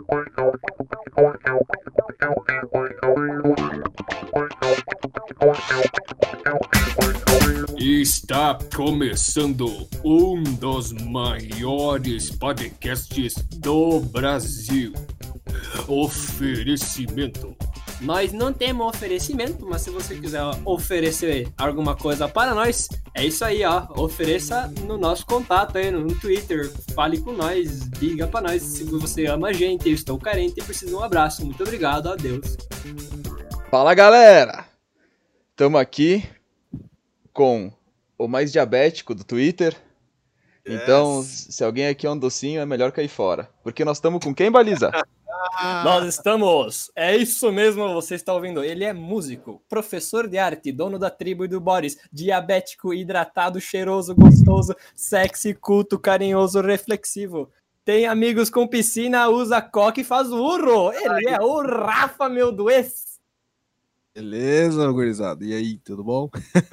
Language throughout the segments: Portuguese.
Está começando um dos maiores podcasts do Brasil. Oferecimento. Nós não temos oferecimento, mas se você quiser oferecer alguma coisa para nós, é isso aí, ó. Ofereça no nosso contato aí no Twitter. Fale com nós, diga para nós se você ama a gente. Eu estou carente e preciso de um abraço. Muito obrigado, adeus. Fala, galera! Estamos aqui com o mais diabético do Twitter. Yes. Então, se alguém aqui é um docinho, é melhor cair fora. Porque nós estamos com quem, Baliza? Nós estamos, é isso mesmo, você está ouvindo. Ele é músico, professor de arte, dono da tribo e do Boris, diabético, hidratado, cheiroso, gostoso, sexy, culto, carinhoso, reflexivo. Tem amigos com piscina, usa coque e faz urro. Ele é o Rafa, meu Duês. Beleza, gurizada. E aí, tudo bom?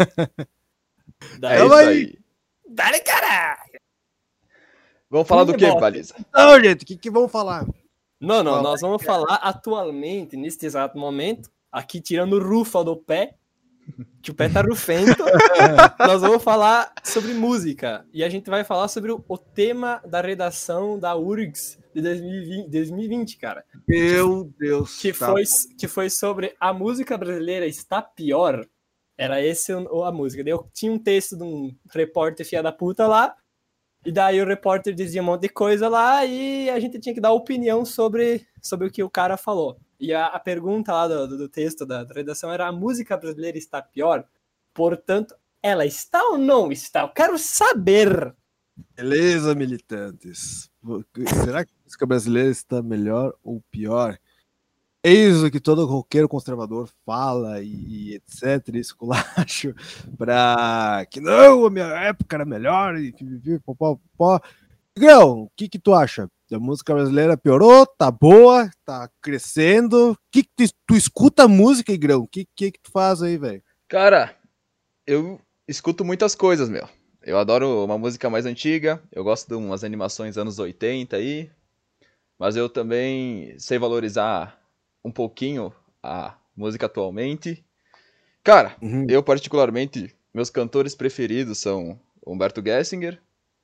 É isso aí. Dale, caralho. Vamos falar do que, Baliza? Não, gente, o que vamos falar? Não, nós vamos falar atualmente, neste exato momento, aqui tirando o rufa do pé, que o pé tá rufento, nós vamos falar sobre música. E a gente vai falar sobre o tema da redação da URGS de 2020, cara. Meu Deus. Que foi sobre a música brasileira está pior. Era esse a música. Daí eu tinha um texto de um repórter filha da puta lá, e daí o repórter dizia um monte de coisa lá e a gente tinha que dar opinião sobre o que o cara falou. E a pergunta lá do texto da redação era: a música brasileira está pior? Portanto, ela está ou não está? Eu quero saber. Beleza, militantes. Será que a música brasileira está melhor ou pior? Eis o que todo roqueiro conservador fala e etc, esculacho, pra que não, a minha época era melhor e pó. Grão, o que tu acha? A música brasileira piorou, tá boa, tá crescendo? Tu escuta música, Grão? O que tu faz aí, velho? Cara, eu escuto muitas coisas, meu. Eu adoro uma música mais antiga, eu gosto de umas animações anos 80 aí, mas eu também sei valorizar um pouquinho a música atualmente. Cara, eu particularmente, meus cantores preferidos são Humberto Gessinger,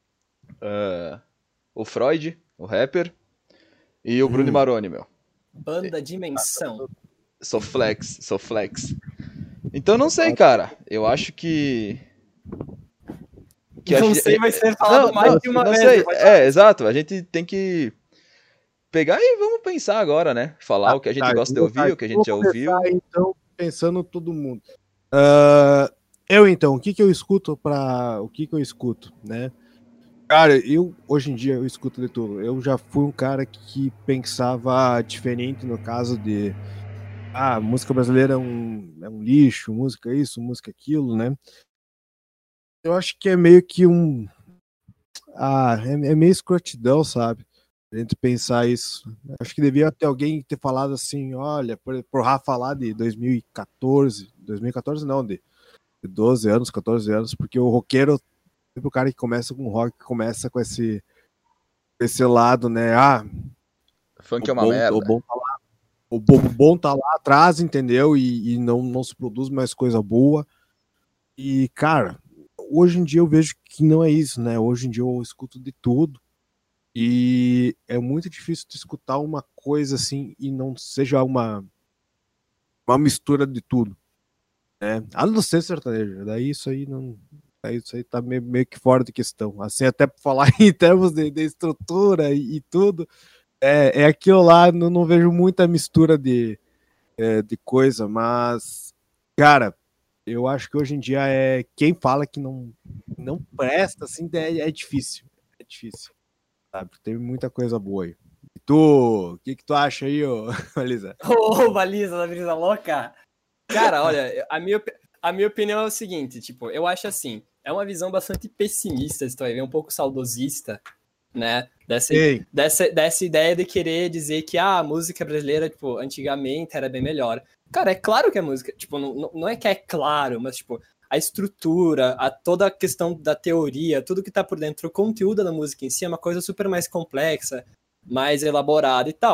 o Freud, o rapper, e o Bruno Marrone, meu. Banda Dimensão. Sou flex. Então não sei, cara. Eu acho que não sei, vai ser falado mais de uma vez. Exato. A gente tem que pegar e vamos pensar agora, né? Falar o que a gente gosta de ouvir, o que a gente já ouviu. Então, pensando todo mundo. O que eu escuto o que eu escuto, né? Cara, hoje em dia eu escuto de tudo. Eu já fui um cara que pensava diferente no caso de música brasileira é um lixo, música isso, música aquilo, né? Eu acho que é meio que é meio escrotidão, sabe? A gente pensar isso. Acho que devia ter alguém ter falado assim, olha, por Rafa falar de 2014 não, de 12 anos, 14 anos, porque o roqueiro, sempre o cara que começa com rock, começa com esse lado, né, funk é uma merda. O bom tá lá atrás, entendeu? E não se produz mais coisa boa. E, cara, hoje em dia eu vejo que não é isso, né? Hoje em dia eu escuto de tudo. E é muito difícil de escutar uma coisa assim e não seja uma mistura de tudo, né? A não ser sertanejo, daí isso aí tá meio que fora de questão. Assim, até para falar em termos de estrutura e tudo, é aquilo lá, não vejo muita mistura de coisa, mas, cara, eu acho que hoje em dia quem fala que não presta, assim, é difícil. É difícil. Sabe? Tem muita coisa boa aí. E tu, o que tu acha aí, Baliza? Baliza, da brisa louca! Cara, olha, a minha opinião é o seguinte, tipo, eu acho assim, é uma visão bastante pessimista, se tu vai ver, um pouco saudosista, né? Dessa ideia de querer dizer que a música brasileira, tipo, antigamente era bem melhor. Cara, é claro que a música, tipo, não é que é claro, mas, tipo, a estrutura, toda a questão da teoria, tudo que tá por dentro, o conteúdo da música em si é uma coisa super mais complexa, mais elaborada e tal.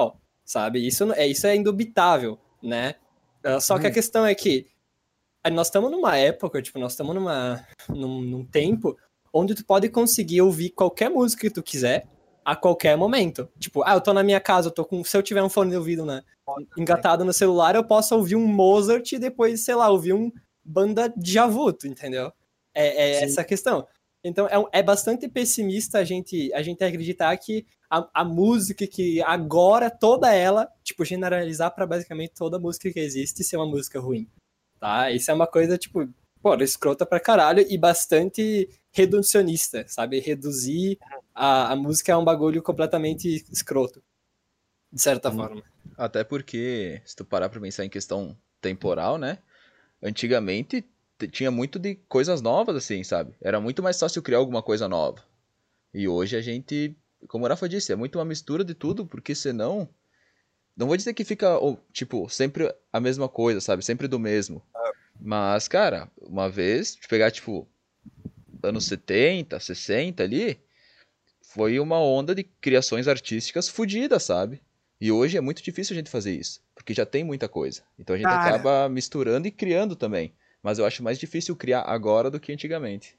sabe? Isso é indubitável, né? Só que a questão é que nós estamos numa época, tipo, nós estamos num tempo onde tu pode conseguir ouvir qualquer música que tu quiser a qualquer momento. Tipo, eu tô na minha casa, se eu tiver um fone de ouvido, né, engatado no celular, eu posso ouvir um Mozart e depois, sei lá, ouvir um banda Djavu, entendeu? É essa a questão. Então, é bastante pessimista a gente acreditar que a música que agora, toda ela, tipo, generalizar pra basicamente toda música que existe ser uma música ruim. Tá? Isso é uma coisa, tipo, escrota pra caralho e bastante reducionista, sabe? Reduzir a música a um bagulho completamente escroto, de certa forma. Até porque, se tu parar pra pensar em questão temporal, né? Antigamente tinha muito de coisas novas, assim, sabe? Era muito mais fácil criar alguma coisa nova. E hoje a gente, como o Rafa disse, é muito uma mistura de tudo, porque senão... Não vou dizer que fica, tipo, sempre a mesma coisa, sabe? Sempre do mesmo. Mas, cara, uma vez, de pegar, tipo, anos 70, 60 ali, foi uma onda de criações artísticas fodidas, sabe? E hoje é muito difícil a gente fazer isso, porque já tem muita coisa. Então a gente acaba misturando e criando também. Mas eu acho mais difícil criar agora do que antigamente.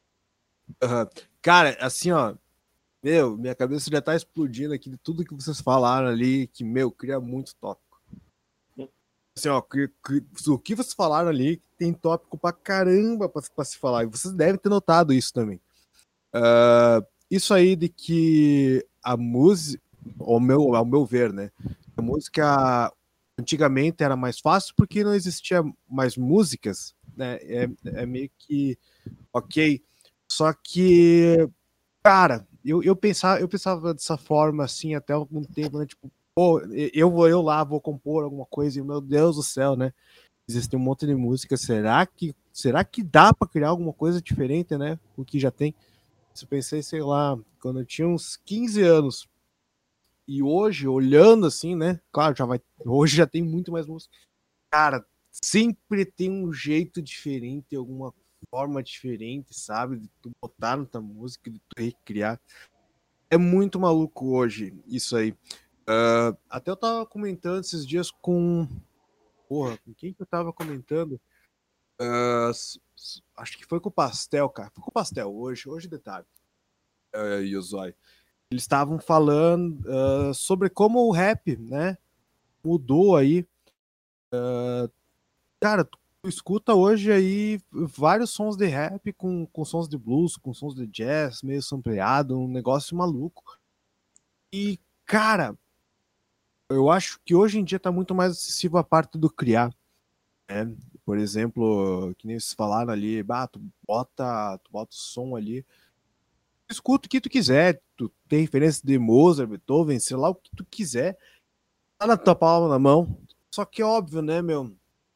Cara, assim, ó, minha cabeça já tá explodindo aqui de tudo que vocês falaram ali, que, cria muito tópico. Assim, ó, o que vocês falaram ali tem tópico pra caramba pra se falar, e vocês devem ter notado isso também. Isso aí de que a música, ao meu ver, né, a música antigamente era mais fácil porque não existia mais músicas, né, é meio que ok, só que, cara, eu pensava dessa forma, assim, até algum tempo, né, tipo, pô, eu lá vou compor alguma coisa e, meu Deus do céu, né, existe um monte de música, será que dá pra criar alguma coisa diferente, né, o que já tem? Eu pensei, sei lá, quando eu tinha uns 15 anos, e hoje, olhando assim, né, claro, hoje já tem muito mais música, cara, sempre tem um jeito diferente, alguma forma diferente, sabe, de tu botar na tua música, de tu recriar. É muito maluco hoje isso aí. Até eu tava comentando esses dias com quem que eu tava comentando? Acho que foi com o Pastel, cara. Foi com o Pastel hoje de tarde. E o Zói. Eles estavam falando sobre como o rap, né, mudou aí. Cara, tu escuta hoje aí vários sons de rap com sons de blues, com sons de jazz, meio sampleado, um negócio maluco. E, cara, eu acho que hoje em dia tá muito mais acessível a parte do criar, né? Por exemplo, que nem vocês falaram ali, tu bota o som ali, escuta o que tu quiser, tu tem referência de Mozart, Beethoven, sei lá o que tu quiser, tá na tua palma na mão. Só que óbvio, né, meu?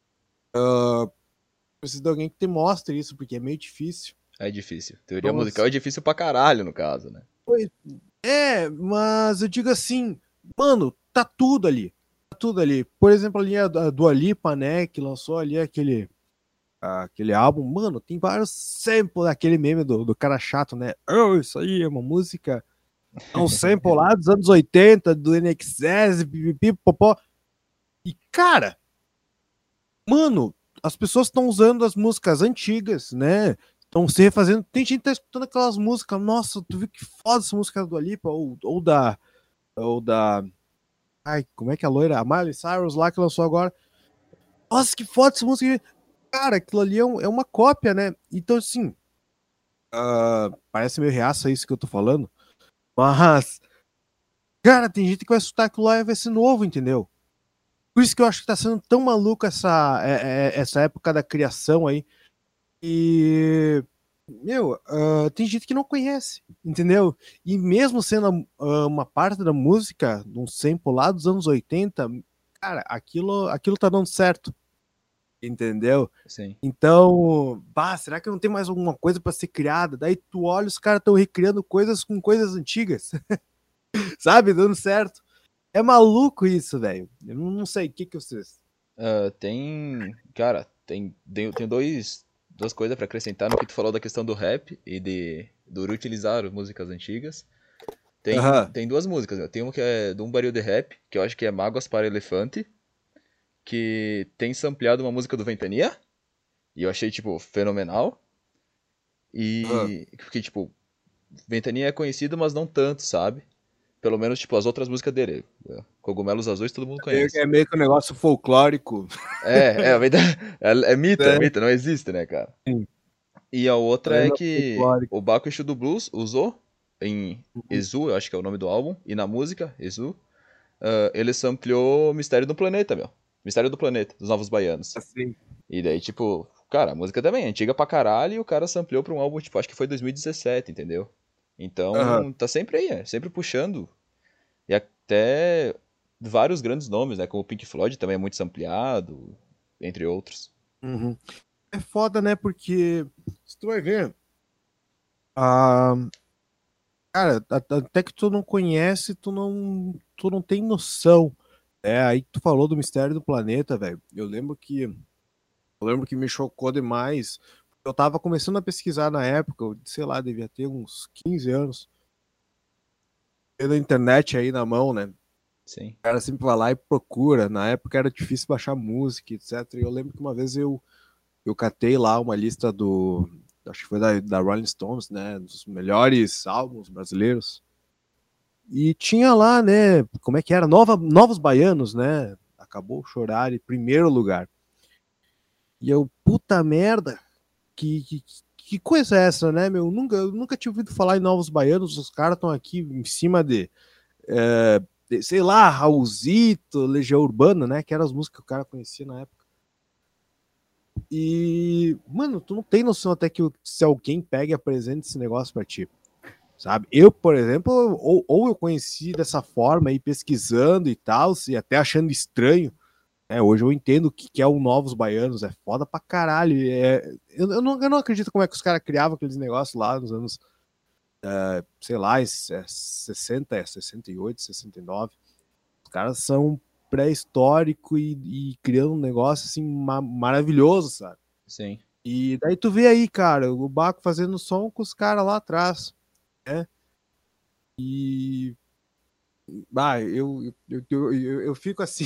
Precisa de alguém que te mostre isso, porque é meio difícil. É difícil. Teoria musical é difícil pra caralho, no caso, né? Mas eu digo assim, mano, tá tudo ali. Tá tudo ali. Por exemplo, ali a Dua Lipa, né, que lançou ali aquele álbum, mano, tem vários samples daquele meme do cara chato, né? Isso aí é uma música, é um sample lá dos anos 80, do NXS, pipipi, popó. E, cara, mano, as pessoas estão usando as músicas antigas, né? Estão se refazendo. Tem gente que tá escutando aquelas músicas. Nossa, tu viu que foda essa música do Alipa? Ou da. Ai, como é que é a loira? A Miley Cyrus lá que lançou agora. Nossa, que foda essa música. Cara, aquilo ali é uma cópia, né? Então, assim. Parece meio reaça isso que eu tô falando. Mas. Cara, tem gente que vai escutar aquilo lá e vai ser novo, entendeu? Por isso que eu acho que tá sendo tão maluco essa época da criação aí. E, tem gente que não conhece, entendeu? E mesmo sendo uma parte da música, de um sample lá dos anos 80, cara, aquilo tá dando certo, entendeu? Sim. Então, será que não tem mais alguma coisa para ser criada? Daí tu olha, os caras estão recriando coisas com coisas antigas, sabe? Dando certo. É maluco isso, velho. Eu não sei, o que vocês... Cara, tem duas coisas pra acrescentar no que tu falou da questão do rap e do reutilizar músicas antigas. Tem duas músicas, meu. Tem uma que é do Um Baril de Rap, que eu acho que é Mágoas para Elefante, que tem sampleado uma música do Ventania, e eu achei, tipo, fenomenal. E porque, tipo, Ventania é conhecido, mas não tanto, sabe? Pelo menos, tipo, as outras músicas dele. Cogumelos Azuis todo mundo conhece. É meio que um negócio folclórico. É mito, é É. mito, não existe, né, cara? Sim. E a outra é É que folclórico. o Baco Exu do Blues usou em Exu, eu acho que é o nome do álbum, e na música, Exu, ele sampleou Mistério do Planeta, meu. Mistério do Planeta, dos Novos Baianos. Assim. E daí, tipo, cara, a música também é antiga pra caralho e o cara sampleou pra um álbum, tipo, acho que foi 2017, entendeu? Aham. Então, tá sempre aí, sempre puxando. E até vários grandes nomes, né? Como o Pink Floyd também é muito sampleado, entre outros. Uhum. É foda, né? Porque se tu vai ver, ah, cara, até que tu não conhece, tu não tem noção. É, aí que tu falou do Mistério do Planeta, velho. Eu lembro que me chocou demais. Eu tava começando a pesquisar na época, sei lá, devia ter uns 15 anos. Tendo a internet aí na mão, né? O Sim. cara sempre vai lá e procura. Na época era difícil baixar música, etc. E eu lembro que uma vez eu catei lá uma lista acho que foi da Rolling Stones, né? Dos melhores álbuns brasileiros. E tinha lá, né? Como é que era? Novos Baianos, né? Acabou chorar em primeiro lugar. E eu, puta merda, que coisa é essa, né, meu? Eu nunca tinha ouvido falar em Novos Baianos, os caras estão aqui em cima sei lá, Raulzito, Legião Urbana, né? Que eram as músicas que o cara conhecia na época. E, mano, tu não tem noção até que se alguém pega e apresenta esse negócio pra ti, sabe? Eu, por exemplo, ou eu conheci dessa forma aí, pesquisando e tal, e até achando estranho. Hoje eu entendo o que é o Novos Baianos, é foda pra caralho. Eu não acredito como é que os caras criavam aqueles negócios lá nos anos, sei lá, 60, 68, 69. Os caras são pré-histórico e criando um negócio assim maravilhoso, sabe? Sim. E daí tu vê aí, cara, o Baco fazendo som com os caras lá atrás, né? E. Bah, eu fico assim.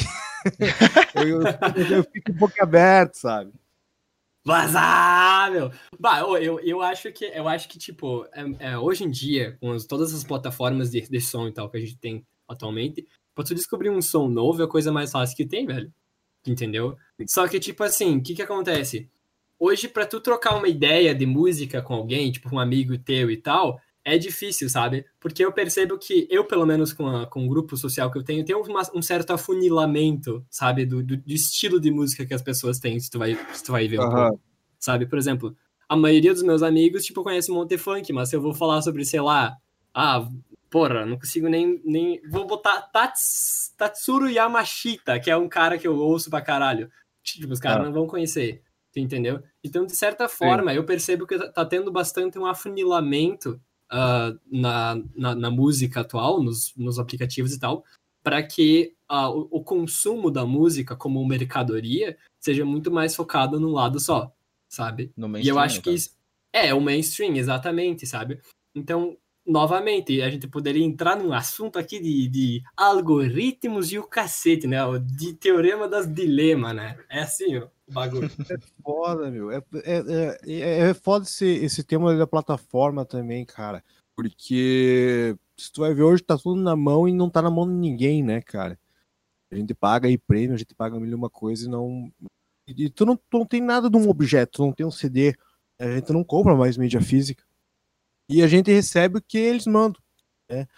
eu fico um pouco aberto, sabe? Vazar, meu! Bah, eu acho que tipo, hoje em dia, com todas as plataformas de som e tal que a gente tem atualmente, pra tu descobrir um som novo é a coisa mais fácil que tem, velho. Entendeu? Só que, tipo assim, o que que acontece? Hoje, pra tu trocar uma ideia de música com alguém, tipo um amigo teu e tal, é difícil, sabe? Porque eu percebo que eu, pelo menos com o grupo social que eu tenho um certo afunilamento, sabe? Do estilo de música que as pessoas têm, se tu vai ver um pouco, Aham. sabe? Por exemplo, a maioria dos meus amigos, tipo, conhece Monte Funk, mas se eu vou falar sobre, sei lá, porra, não consigo nem... Vou botar Tatsuro Yamashita, que é um cara que eu ouço pra caralho. Tipo, os caras Ah, não vão conhecer, entendeu? Então, de certa sim. forma, eu percebo que tá tendo bastante um afunilamento na música atual, nos aplicativos e tal, para que o consumo da música como mercadoria seja muito mais focado num lado só, sabe? No E eu mainstream, acho no que caso. isso é o mainstream, exatamente, sabe? Então, novamente, a gente poderia entrar num assunto aqui de algoritmos e o cacete, né? O de teorema das dilemas, né? É assim, ó, o bagulho. Foda, meu. É foda esse tema da plataforma também, cara. Porque se tu vai ver hoje, tá tudo na mão e não tá na mão de ninguém, né, cara? A gente paga aí prêmio, a gente paga mil e uma coisa e não. E tu não tem nada de um objeto, tu não tem um CD. A gente não compra mais mídia física. E a gente recebe o que eles mandam, né?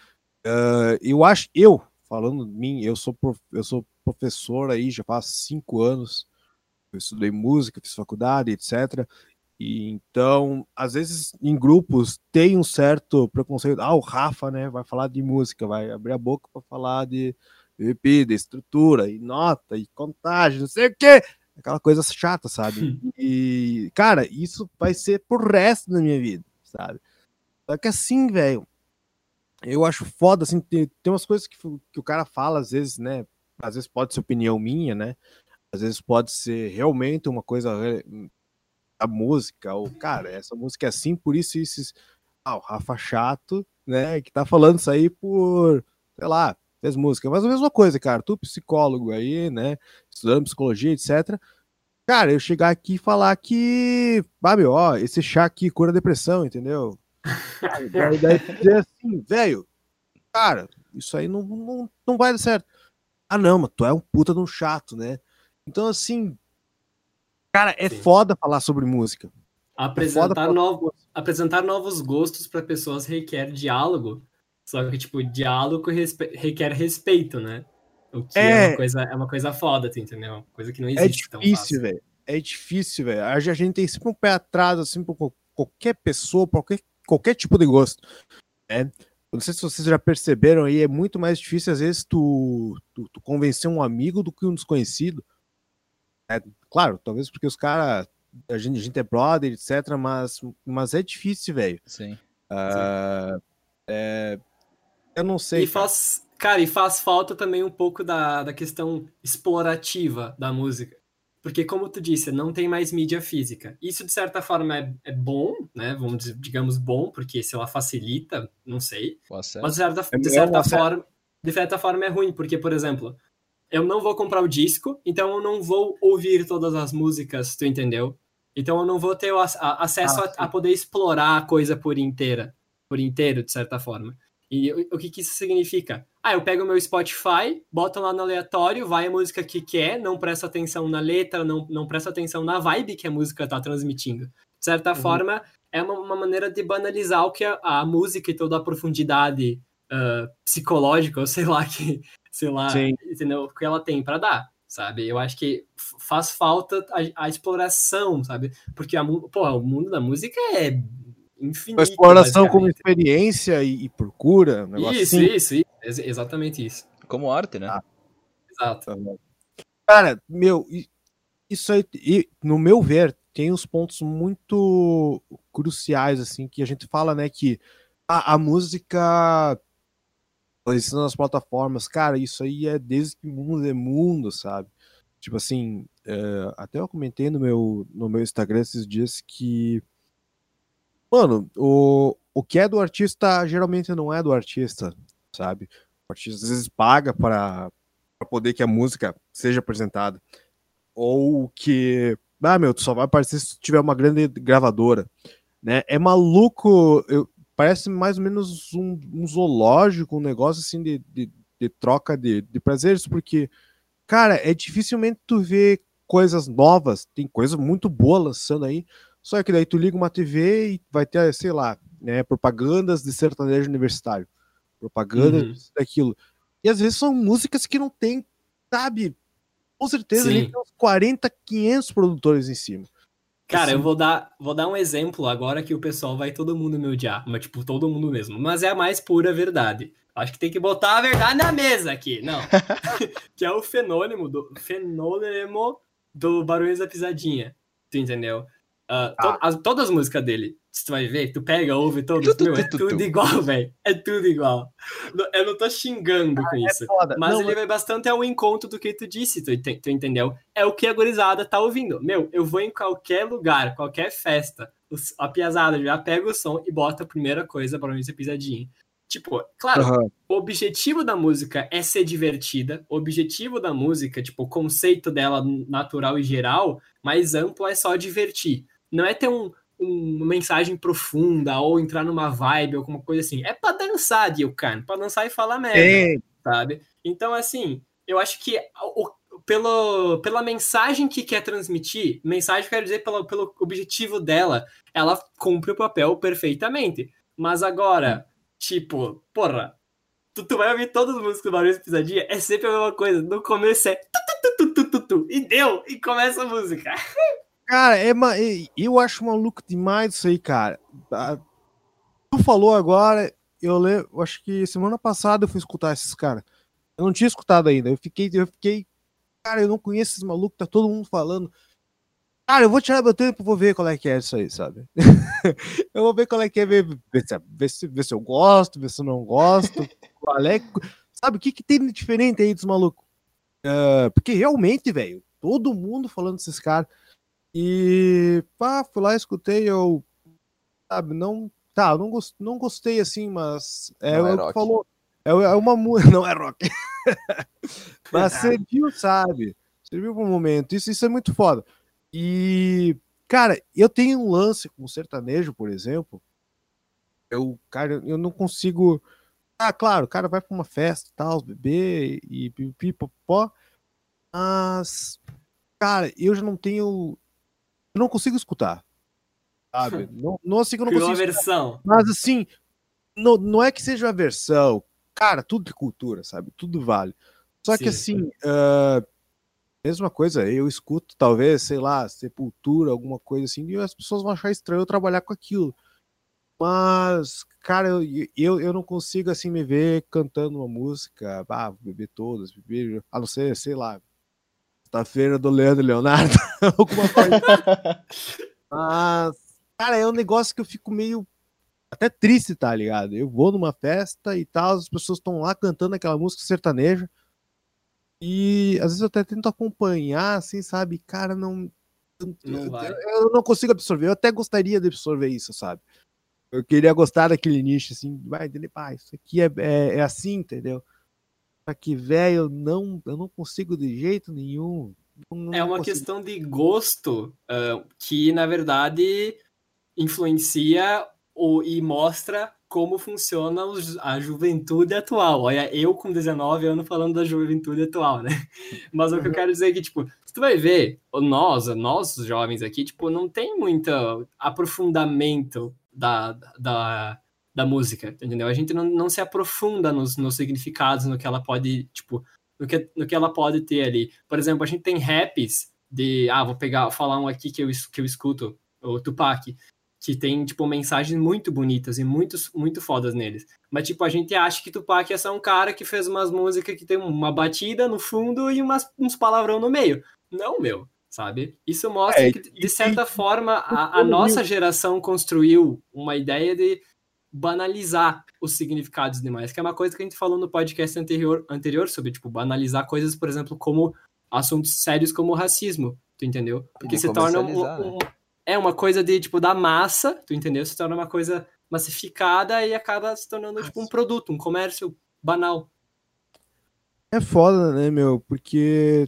Falando de mim, eu sou professor aí já faz 5 anos. Eu estudei música, fiz faculdade, etc. E então, às vezes em grupos tem um certo preconceito. O Rafa, né, vai falar de música, vai abrir a boca para falar de EP, de estrutura, e nota, e contagem, não sei o quê. Aquela coisa chata, sabe? E, cara, isso vai ser pro resto da minha vida, sabe? Só que assim, velho, eu acho foda, assim, tem umas coisas que o cara fala, às vezes, né? Às vezes pode ser opinião minha, né? Às vezes pode ser realmente uma coisa da música, ou, cara, essa música é assim, por isso, isso. O Rafa chato, né, que tá falando isso aí por, sei lá, fez música. Mas a mesma coisa, cara, tu psicólogo aí, né, estudando psicologia, etc. Cara, eu chegar aqui e falar que, meu, ó, esse chá aqui cura depressão, entendeu? Daí dizer assim, velho, cara, isso aí não vai dar certo. Ah, não, mas tu é um puta de um chato, né? Então, assim, cara, é Sim. foda falar sobre música. Apresentar novos gostos para pessoas requer diálogo, só que, tipo, diálogo requer respeito, né? O que é uma coisa foda, tu entendeu? Uma coisa que não existe tão fácil. Velho. É difícil, velho. A gente tem sempre um pé atrás, assim, por qualquer pessoa, por qualquer tipo de gosto. Né? Não sei se vocês já perceberam aí, é muito mais difícil, às vezes, tu convencer um amigo do que um desconhecido. Claro, talvez porque os caras, a gente é brother, etc., mas é difícil, velho. Sim. Eu não sei. E faz falta também um pouco da questão explorativa da música. Porque, como tu disse, não tem mais mídia física. Isso, de certa forma, é bom, né? Vamos dizer, digamos, bom, porque, sei lá, facilita, não sei. Mas, de certa forma, é ruim, porque, por exemplo, eu não vou comprar o disco, então eu não vou ouvir todas as músicas, tu entendeu? Então eu não vou ter acesso a poder explorar a coisa por inteiro, de certa forma. E o que isso significa? Eu pego o meu Spotify, boto lá no aleatório, vai a música que quer, não presta atenção na letra, não presta atenção na vibe que a música tá transmitindo. De certa forma, é uma maneira de banalizar o que a música e toda a profundidade psicológica, ou sei lá, entendeu? O que ela tem para dar, sabe? Eu acho que faz falta a exploração, sabe? Porque o mundo da música é infinito. A exploração como experiência e procura. Um negócio isso. Exatamente isso. Como arte, né? Exato. Cara, meu, isso aí, no meu ver, tem uns pontos muito cruciais, assim, que a gente fala, né, que a música nas plataformas, cara, isso aí é desde que o mundo é mundo, sabe? Tipo assim, até eu comentei no meu Instagram esses dias que, mano, o que é do artista geralmente não é do artista, sabe? O artista às vezes paga para poder que a música seja apresentada. Ou que, tu só vai aparecer se tiver uma grande gravadora, né? É maluco, parece mais ou menos um zoológico, um negócio assim de troca de prazeres, porque, cara, é dificilmente tu ver coisas novas, tem coisa muito boa lançando aí, só que daí tu liga uma TV e vai ter, sei lá, né, propagandas de sertanejo universitário, propagandas daquilo. E às vezes são músicas que não tem, sabe? Com certeza ali tem uns 40, 500 produtores em cima. Cara, assim, eu vou dar um exemplo agora que o pessoal vai todo mundo me odiar, mas tipo, todo mundo mesmo. Mas é a mais pura verdade. Acho que tem que botar a verdade na mesa aqui. Não. Que é o fenômeno do Barões da Pisadinha. Tu entendeu? Todas as músicas dele, se tu vai ver, tu pega, ouve todas, é tudo igual, velho. É tudo igual. Eu não tô xingando com isso. Foda. Mas ele vai bastante ao encontro do que tu disse, tu entendeu? É o que a gurizada tá ouvindo. Eu vou em qualquer lugar, qualquer festa, a piazada já pega o som e bota a primeira coisa pra mim ser pisadinha. Tipo, claro, o objetivo da música é ser divertida, o objetivo da música, tipo, o conceito dela natural e geral, mais amplo, é só divertir. Não é ter uma mensagem profunda ou entrar numa vibe ou alguma coisa assim. É pra dançar, Dilcan, pra dançar e falar merda, sabe? Então, assim, eu acho que pela mensagem que quer transmitir, mensagem quer dizer pelo objetivo dela, ela cumpre o papel perfeitamente. Mas agora, tipo, porra, tu vai ouvir todas as músicas do Barões da Pisadinha, é sempre a mesma coisa. No começo é e deu, e começa a música. Cara, eu acho maluco demais isso aí, cara. Tu falou agora, eu acho que semana passada eu fui escutar esses caras. Eu não tinha escutado ainda. Eu fiquei, cara, eu não conheço esses malucos, tá todo mundo falando. Cara, eu vou tirar meu tempo, vou ver qual é que é isso aí, sabe? Eu vou ver qual é que é, ver se eu gosto, ver se eu não gosto. Qual é, sabe, o que tem de diferente aí dos malucos? Porque realmente, velho, todo mundo falando desses caras. E, fui lá, escutei, sabe, não tá, eu não gostei assim, mas Não é o que rock. falou. É uma música, não é rock. Mas serviu, sabe? Serviu para um momento. Isso é muito foda. E, cara, eu tenho um lance com o sertanejo, por exemplo. Cara, eu não consigo. Ah, claro, o cara vai pra uma festa e tal, beber e pipipopó. Mas, cara, eu já não tenho. Eu não consigo escutar, sabe? Não assim que eu não Criou consigo a escutar. versão. Mas assim, não é que seja a versão. Cara, tudo é cultura, sabe? Tudo vale. Só que Sim. assim, mesma coisa, eu escuto, talvez, sei lá, Sepultura, alguma coisa assim, e as pessoas vão achar estranho eu trabalhar com aquilo. Mas, cara, eu não consigo assim me ver cantando uma música, vou beber todas, beber, a não ser, sei lá, da feira do Leandro e Leonardo, alguma coisa. Mas, cara, é um negócio que eu fico meio até triste, tá ligado? Eu vou numa festa e tal, as pessoas estão lá cantando aquela música sertaneja e às vezes eu até tento acompanhar, assim, sabe? Cara, não vai. eu não consigo absorver. Eu até gostaria de absorver isso, sabe? Eu queria gostar daquele nicho, assim, vai entender, pá, isso aqui é assim, entendeu? Só que, velho, eu não consigo de jeito nenhum. É Não uma consigo. questão de gosto que, na verdade, influencia e mostra como funciona a juventude atual. Olha, eu com 19 anos falando da juventude atual, né? Mas o que eu quero dizer é que, tipo, se tu vai ver, nós jovens aqui, tipo, não tem muito aprofundamento da música, entendeu? A gente não se aprofunda nos significados, no que ela pode, tipo, no que ela pode ter ali. Por exemplo, a gente tem raps vou falar um aqui que eu escuto, o Tupac, que tem, tipo, mensagens muito bonitas e muito fodas neles. Mas, tipo, a gente acha que Tupac é só um cara que fez umas músicas que tem uma batida no fundo e uns palavrão no meio. Não, meu, sabe? Isso mostra que, de certa forma, a nossa geração construiu uma ideia de banalizar os significados demais, que é uma coisa que a gente falou no podcast anterior sobre, tipo, banalizar coisas, por exemplo, como assuntos sérios como o racismo, tu entendeu? Porque De se torna comercializar, né? uma coisa de, tipo, da massa, tu entendeu? Se torna uma coisa massificada e acaba se tornando, tipo, um produto, um comércio banal. É foda, né, meu? Porque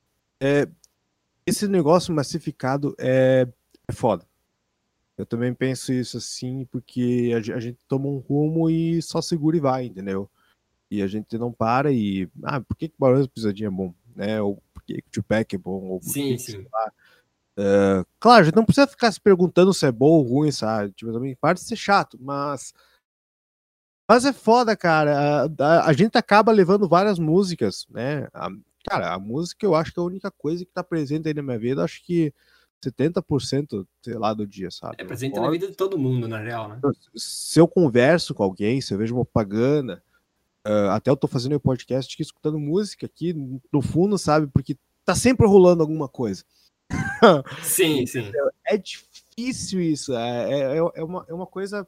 esse negócio massificado é foda. Eu também penso isso assim, porque a gente toma um rumo e só segura e vai, entendeu? E a gente não para e. Por que Barões do Pisadinha é bom? Né? Ou por que o Tupac é bom? Ou por Sim, que, sei sim. lá. Claro, a gente não precisa ficar se perguntando se é bom ou ruim, sabe? Tipo, também pode ser chato, mas é foda, cara. A gente acaba levando várias músicas, né? Cara, a música eu acho que é a única coisa que tá presente aí na minha vida, acho que 70%, sei lá, do dia, sabe? É Eu presente na acordo, vida de todo mundo, na real, né? se eu converso com alguém, se eu vejo uma propaganda, até eu tô fazendo um podcast aqui, escutando música aqui no fundo, sabe? Porque tá sempre rolando alguma coisa. Sim, sim. É difícil isso, é uma coisa.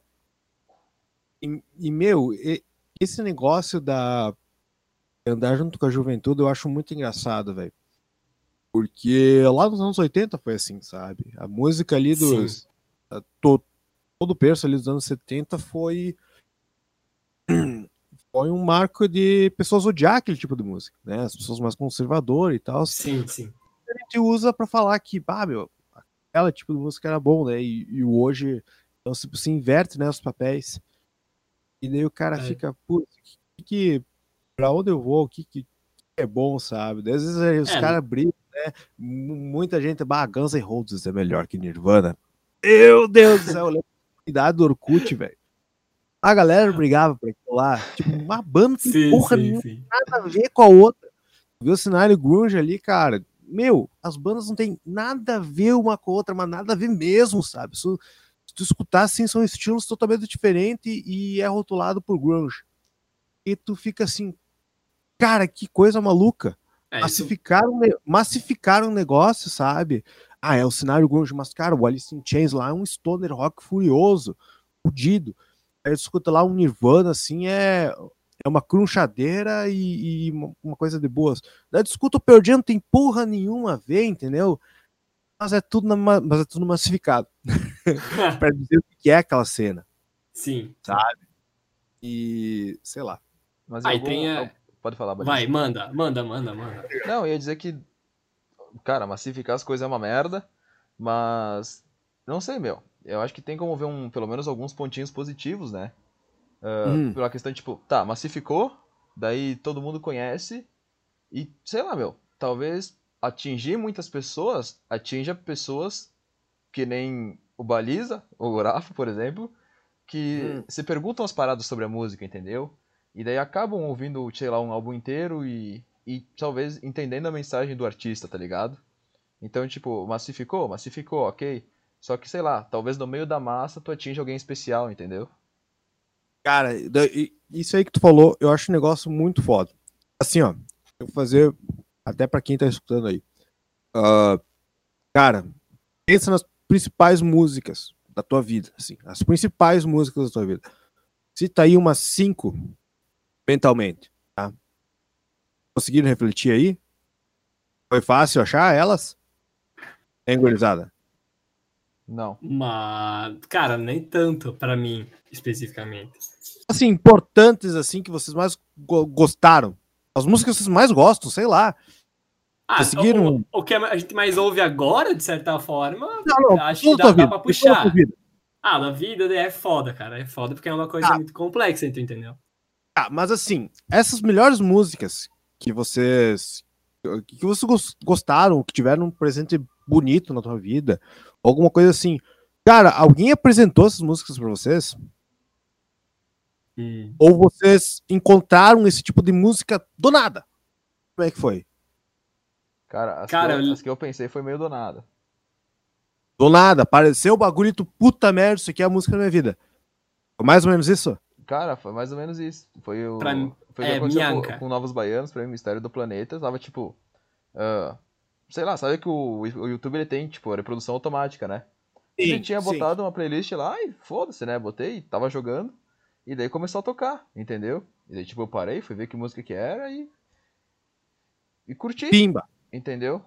Meu, esse negócio da andar junto com a juventude eu acho muito engraçado, velho. Porque lá nos anos 80 foi assim, sabe? A música ali Sim. todo o berço ali dos anos 70 foi um marco de pessoas odiar aquele tipo de música, né? As pessoas mais conservadoras e tal. Sim, sim. A gente usa pra falar que, meu, aquele tipo de música era bom, né? E hoje então, se inverte, né, os papéis. E daí o cara fica, putz, pra onde eu vou? O que é bom, sabe? Daí, às vezes os caras brigam, né? Muita gente, Guns N' Roses é melhor que Nirvana. Meu Deus do céu, eu lembro da idade do Orkut, velho. A galera brigava por aquilo lá. Tipo, uma banda tem porra nenhuma, nada a ver com a outra. Viu o cenário grunge ali, cara? Meu, as bandas não tem nada a ver uma com a outra, mas nada a ver mesmo, sabe? Se tu escutar, assim, são estilos totalmente diferentes e é rotulado por grunge. E tu fica assim, cara, que coisa maluca. Massificaram o negócio, sabe? É o cenário grunge, mas, cara, o Alice in Chains lá é um stoner rock furioso, fudido. Aí tu escuta lá um Nirvana, assim, é uma crunchadeira e uma coisa de boas. Daí tu escuta o Pearl Jam, não tem porra nenhuma a ver, entendeu? Mas é tudo massificado. Pra dizer o que é aquela cena. Sim. sabe? E, sei lá. Mas Aí tem Pode falar, Batista. Vai, manda. Não, eu ia dizer que, cara, massificar as coisas é uma merda, mas não sei, meu. Eu acho que tem como ver pelo menos alguns pontinhos positivos, né? Pela questão de, tipo, tá, massificou, daí todo mundo conhece e, sei lá, meu, talvez atingir muitas pessoas, atinja pessoas que nem o Baliza, ou o Grafo, por exemplo, que se perguntam as paradas sobre a música, entendeu? E daí acabam ouvindo, sei lá, um álbum inteiro e talvez entendendo a mensagem do artista, tá ligado? Então, tipo, massificou, ok. Só que, sei lá, talvez no meio da massa tu atinja alguém especial, entendeu? Cara, isso aí que tu falou, eu acho um negócio muito foda. Assim, ó, eu vou fazer até pra quem tá escutando aí. Cara, pensa nas principais músicas da tua vida, assim, as principais músicas da tua vida. Cita aí umas 5 mentalmente, tá? Conseguiram refletir aí? Foi fácil achar elas? É gurizada? Não. Mas, cara, nem tanto pra mim, especificamente. Assim, importantes, assim, que vocês mais gostaram. As músicas que vocês mais gostam, sei lá. Conseguiram? O que a gente mais ouve agora, de certa forma, não, acho que dá pra puxar. Vida. Da vida é foda, cara. É foda porque é uma coisa muito complexa, tu entendeu? Mas assim, essas melhores músicas que vocês gostaram, que tiveram um presente bonito na tua vida, alguma coisa assim. Cara, alguém apresentou essas músicas pra vocês? Ou vocês encontraram esse tipo de música do nada? Como é que foi? Cara, as que eu pensei foi meio do nada. Do nada, apareceu o bagulho e tu, puta merda, isso aqui é a música da minha vida. Foi mais ou menos isso? Cara, foi mais ou menos isso. Foi o que aconteceu com Novos Baianos, pra mim, Mistério do Planeta. Tava tipo. Sei lá, sabe que o YouTube ele tem, tipo, a reprodução automática, né? Ele tinha botado uma playlist lá e foda-se, né? Botei, tava jogando. E daí começou a tocar, entendeu? E daí, tipo, eu parei, fui ver que música que era e curti. Pimba! Entendeu?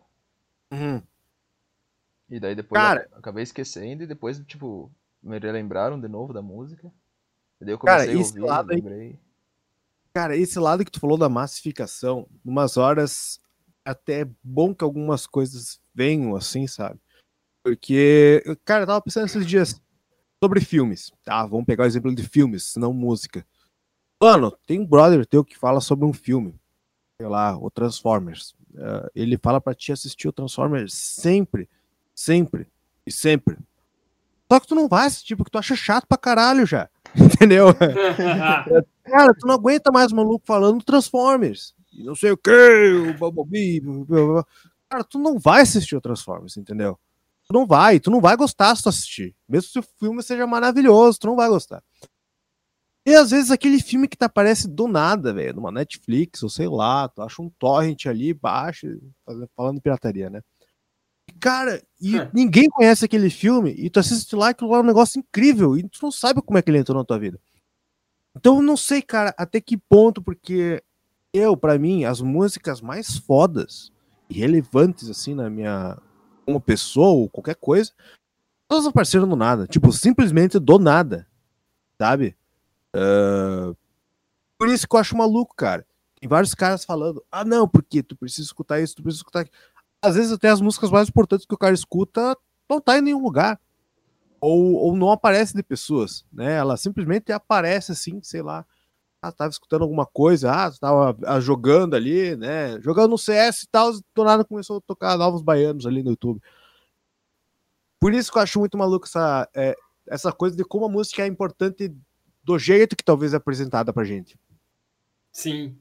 E daí depois acabei esquecendo e depois, tipo, me relembraram de novo da música. E daí eu comecei a ouvir, lembrei. Cara, esse lado que tu falou da massificação, umas horas até é bom que algumas coisas venham assim, sabe? Porque, cara, eu tava pensando esses dias sobre filmes, tá? Vamos pegar o exemplo de filmes, não música. Mano, tem um brother teu que fala sobre um filme, sei lá, o Transformers. Ele fala pra ti assistir o Transformers sempre, sempre e sempre. Só que tu não vai assistir porque tu acha chato pra caralho já. Entendeu? Cara, tu não aguenta mais o maluco falando Transformers. E não sei o que, o Bumblebee. Cara, tu não vai assistir o Transformers, entendeu? Tu não vai gostar se tu assistir. Mesmo se o filme seja maravilhoso, tu não vai gostar. E às vezes aquele filme que te aparece do nada, velho, numa Netflix, ou sei lá, tu acha um torrent ali, baixa, falando pirataria, né? Cara, e ninguém conhece aquele filme, e tu assiste lá, aquilo lá é um negócio incrível, e tu não sabe como é que ele entrou na tua vida. Então eu não sei, cara, até que ponto, porque pra mim, as músicas mais fodas e relevantes, assim, na minha... como pessoa, ou qualquer coisa, elas apareceram do nada. Tipo, simplesmente do nada. Sabe? Por isso que eu acho maluco, cara. Tem vários caras falando, não, porque tu precisa escutar isso, tu precisa escutar aquilo. Às vezes até as músicas mais importantes que o cara escuta não tá em nenhum lugar. Ou não aparece de pessoas, né? Ela simplesmente aparece assim, sei lá. Tava escutando alguma coisa, tava jogando ali, né? Jogando no CS e tal, do nada começou a tocar Novos Baianos ali no YouTube. Por isso que eu acho muito maluco essa coisa de como a música é importante do jeito que talvez é apresentada pra gente. Sim.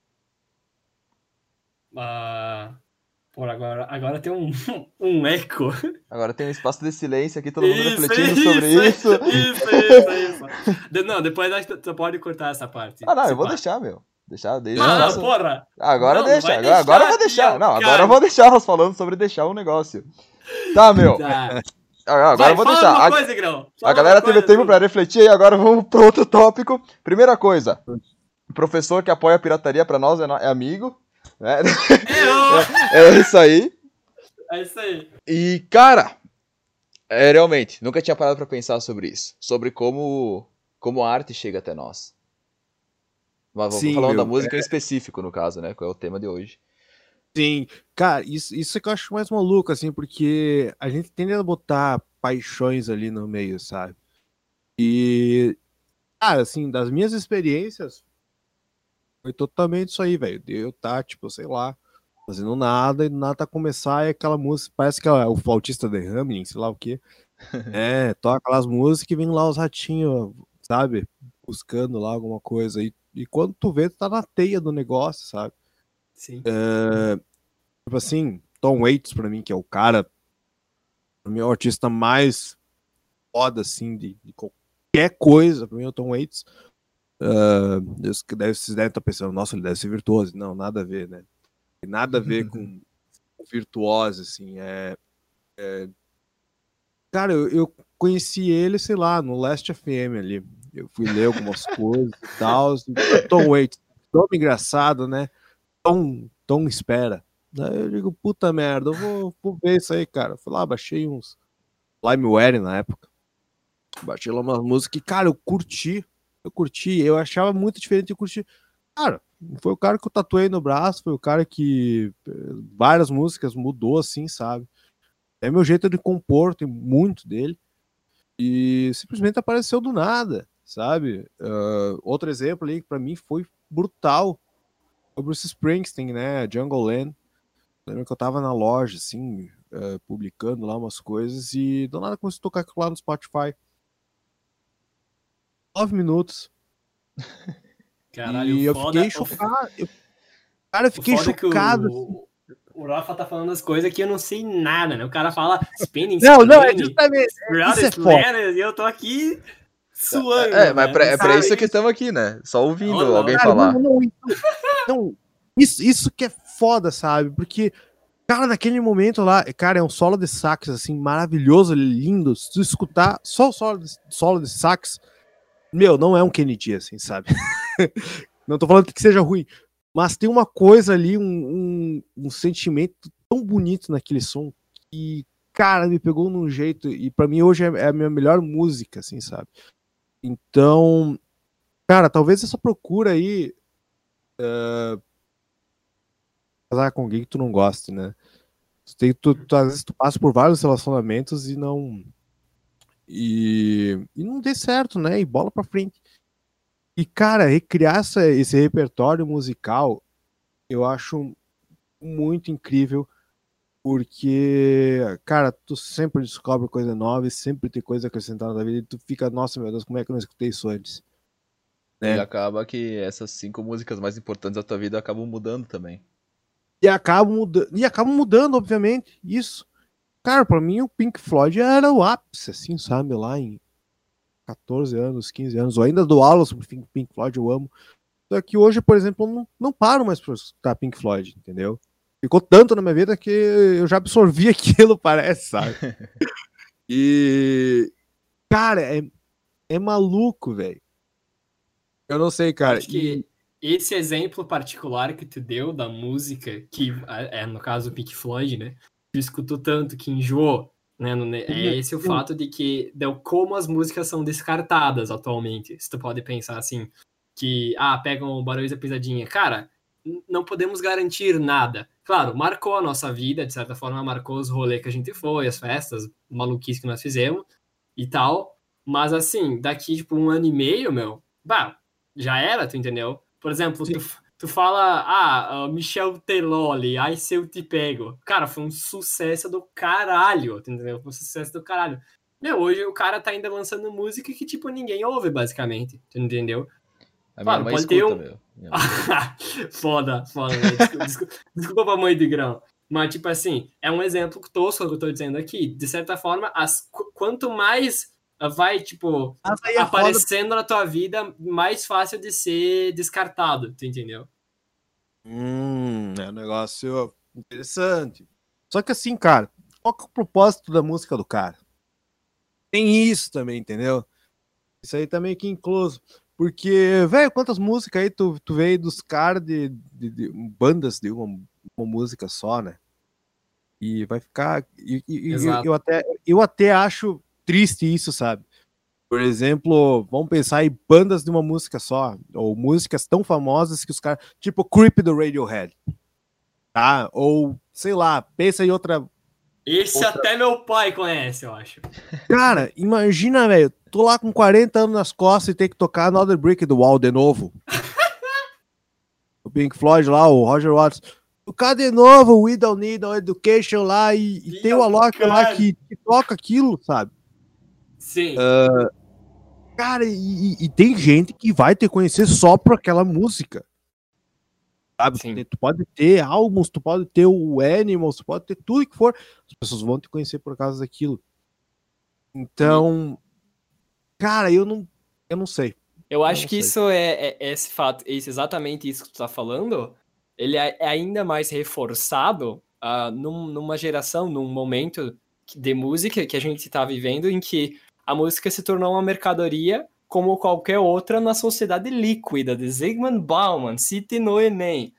Agora tem um eco. Agora tem um espaço de silêncio aqui, todo mundo refletindo sobre isso. Isso. Não, depois acho que tu pode cortar essa parte. Não, eu vou deixar, meu. Porra! Agora deixa. Agora eu vou deixar. Não, agora eu vou deixar nós falando sobre deixar um negócio. Tá, meu. Tá. Agora eu vou deixar. Uma coisa, Grão. A galera teve tempo pra refletir e agora vamos pro outro tópico. Primeira coisa. Professor que apoia a pirataria pra nós é amigo. Né? É isso aí. É isso aí. E, cara, realmente, nunca tinha parado pra pensar sobre isso. Sobre como como a arte chega até nós. Mas Sim, falando da meu, música em específico, no caso, né? Qual é o tema de hoje. sim, cara, isso é que eu acho mais maluco, assim, porque a gente tende a botar paixões ali no meio, sabe? E, cara, assim, das minhas experiências, foi totalmente isso aí, velho. Eu tá, tipo, sei lá, fazendo nada e do nada tá começar e aquela música, parece que é o flautista de Hamelin, sei lá o quê. Toca aquelas músicas e vem lá os ratinhos, sabe? Buscando lá alguma coisa. E quando tu vê, tu tá na teia do negócio, sabe? Sim. Tipo assim, Tom Waits pra mim, que é o cara, o meu artista mais foda, assim, de qualquer coisa, pra mim é o Tom Waits. Vocês devem estar pensando, nossa, ele deve ser virtuoso. Não, nada a ver, né? Tem nada a ver com virtuoso, assim. Cara, eu conheci ele, sei lá, no Last FM ali. Eu fui ler algumas coisas e tal. Tom Waits, nome engraçado, né? Tom espera. Daí eu digo, puta merda, vou ver isso aí, cara. Fui lá, baixei uns Limeware na época. Baixei lá uma música e, cara, eu curti. Eu achava muito diferente, eu curti. Cara, foi o cara que eu tatuei no braço, foi o cara que várias músicas mudou, assim, sabe? É meu jeito de compor, tem muito dele. E simplesmente apareceu do nada, sabe? Outro exemplo ali que pra mim foi brutal. O Bruce Springsteen, né? Jungle Land. Lembro que eu tava na loja, assim, publicando lá umas coisas e do nada começou a tocar aquilo lá no Spotify. 9 minutos. Caralho, E eu fiquei chocado. Cara, eu O fiquei foda é que chocado. Assim. o Rafa tá falando as coisas que eu não sei nada, né? O cara fala spinning, Não, é spinning, justamente. Isso é foda. letters, e eu tô aqui suando, Mas né? é pra isso que Sabe? estamos aqui, né? Só ouvindo Ô, alguém louco. Cara, falar. não, isso que é foda, sabe? Porque, cara, naquele momento lá, cara, é um solo de sax, assim, maravilhoso, lindo. Se tu escutar só o solo de sax, meu, não é um Kennedy, assim, sabe? Não tô falando que seja ruim, mas tem uma coisa ali, um sentimento tão bonito naquele som que, cara, me pegou num jeito, e pra mim hoje é a minha melhor música, assim, sabe? Então, cara, talvez essa procura aí casar com alguém que tu não goste, né? Às vezes tu passa por vários relacionamentos e não dê certo, né? E bola pra frente. E, cara, recriar esse repertório musical, eu acho muito incrível, porque, cara, tu sempre descobre coisa nova e sempre tem coisa acrescentada na vida e tu fica, nossa, meu Deus, como é que eu não escutei isso antes? E Né? acaba que essas 5 músicas mais importantes da tua vida acabam mudando também. E acabam mudando, obviamente, isso. Cara, pra mim o Pink Floyd era o ápice, assim, sabe? Lá em 14 anos, 15 anos. Eu ainda dou aula sobre Pink Floyd, eu amo. Só que hoje, por exemplo, eu não paro mais pra escutar Pink Floyd, entendeu? Ficou tanto na minha vida que eu já absorvi aquilo, parece, sabe? E, cara, é maluco, velho. Eu não sei, Eu cara. acho que esse exemplo particular que tu deu da música, que é no caso o Pink Floyd, né? Tu escutou tanto que enjoou, né? É esse o fato de que deu como as músicas são descartadas atualmente. Se tu pode pensar assim, que pegam o Barões da Pisadinha. Cara, não podemos garantir nada. Claro, marcou a nossa vida, de certa forma, marcou os rolês que a gente foi, as festas, maluquice que nós fizemos e tal. Mas assim, daqui tipo 1 ano e meio, meu, bah, já era, tu entendeu? Por exemplo, tu fala, Michel Teló ali, Ai Se Eu Te Pego. Cara, foi um sucesso do caralho, tu entendeu? Foi um sucesso do caralho. Meu, hoje o cara tá ainda lançando música que, tipo, ninguém ouve, basicamente, tu entendeu? A minha Claro, mãe pode ter escuta, um... meu. foda, velho. Desculpa, mãe de grão. Mas, tipo assim, é um exemplo tosco que eu tô dizendo aqui. De certa forma, quanto mais vai, tipo, Mas aí é foda. aparecendo na tua vida, mais fácil de ser descartado, tu entendeu? É um negócio interessante. Só que assim, cara, qual que é o propósito da música do cara? Tem isso também, entendeu? Isso aí tá meio que incluso. Porque, velho, quantas músicas aí tu veio dos caras de bandas de uma música só, né? E vai ficar. Exato. Eu até acho triste isso, sabe? Por exemplo, vamos pensar em bandas de uma música só, ou músicas tão famosas que os caras, tipo Creep do Radiohead, tá? Ou, sei lá, pensa em outra... Esse até meu pai conhece, eu acho. Cara, imagina, velho, tô lá com 40 anos nas costas e ter que tocar Another Brick the Wall de novo. O Pink Floyd lá, o Roger Waters. Tocar de novo o We Don't Need No Education lá e tem o Alok lá que toca aquilo, sabe? Sim. Cara, e tem gente que vai te conhecer só por aquela música. Sabe? Tu pode ter álbuns, tu pode ter o Animals, tu pode ter tudo que for. As pessoas vão te conhecer por causa daquilo. Então, cara, eu não sei. Eu acho que isso é esse fato, exatamente isso que tu tá falando, ele é ainda mais reforçado numa geração, num momento de música que a gente tá vivendo, em que a música se tornou uma mercadoria como qualquer outra na sociedade líquida, de Zygmunt Bauman, cite no Enem.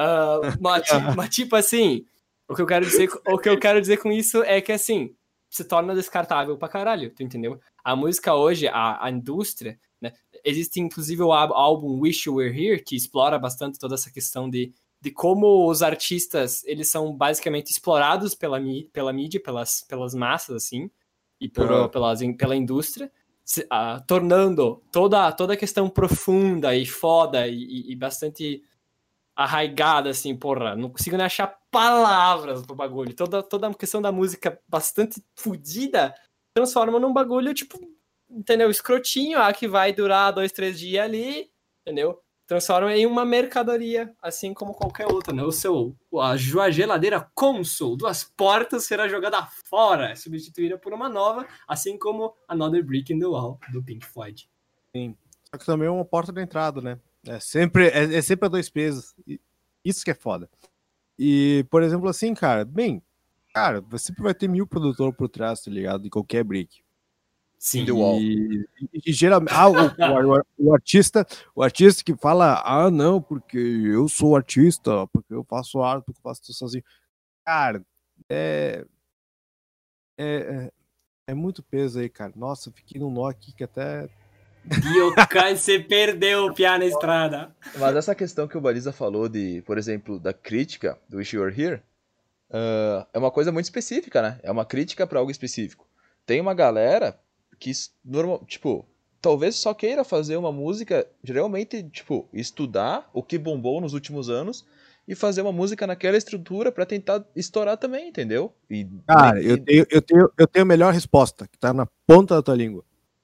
Mas tipo assim, o que eu quero dizer com isso é que assim, se torna descartável pra caralho, tu entendeu? A música hoje, a indústria, né? Existe inclusive o álbum Wish You Were Here, que explora bastante toda essa questão de como os artistas, eles são basicamente explorados pela mídia, pelas massas, assim, e pela indústria, tornando toda a questão profunda e foda e bastante arraigada, assim, porra, não consigo nem achar palavras pro bagulho. Toda a questão da música bastante fodida transforma num bagulho, tipo, entendeu? Escrotinho, que vai durar 2-3 dias ali, entendeu? Transforma em uma mercadoria, assim como qualquer outra, né? A geladeira Consul, 2 portas, será jogada fora, substituída por uma nova, assim como Another Brick in the Wall, do Pink Floyd. Sim. Só que também é uma porta de entrada, né? É sempre a 2 pesos. Isso que é foda. E, por exemplo, assim, cara, você sempre vai ter 1000 produtores por trás, tá ligado? De qualquer brick. Sim. E geralmente, o artista que fala, não, porque eu sou artista, porque eu faço arte, porque eu faço tudo sozinho. Cara, é muito peso aí, cara. Nossa, eu fiquei num nó aqui que até... Diokai, você perdeu o piá na estrada. Mas essa questão que o Baliza falou de, por exemplo, da crítica do Wish You Were Here, é uma coisa muito específica, né? É uma crítica pra algo específico. Tem uma galera que, tipo, talvez só queira fazer uma música, realmente, tipo, estudar o que bombou nos últimos anos e fazer uma música naquela estrutura pra tentar estourar também, entendeu? Cara, eu tenho a melhor resposta, que tá na ponta da tua língua.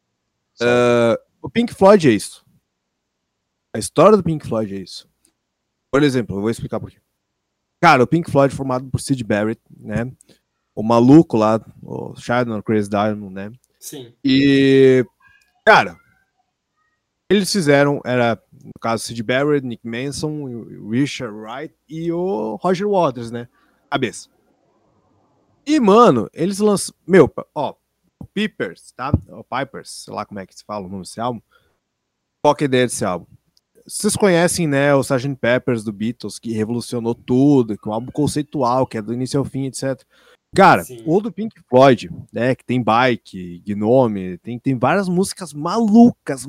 O Pink Floyd é isso. A história do Pink Floyd é isso. Por exemplo, eu vou explicar por quê. Cara, o Pink Floyd é formado por Syd Barrett, né? O maluco lá, o Shine on Crazy Diamond, né? Sim. E, cara, eles fizeram, no caso, Syd Barrett, Nick Manson, o Richard Wright e o Roger Waters, né? Cabeça. E, mano, eles lançam... o Pipers, tá? O Pipers, sei lá como é que se fala o nome desse álbum. Qual que é a ideia desse álbum? Vocês conhecem, né, o Sgt. Peppers do Beatles, que revolucionou tudo, que é um álbum conceitual, que é do início ao fim, etc. Cara, sim, o do Pink Floyd, né, que tem Bike, Gnome, tem várias músicas malucas.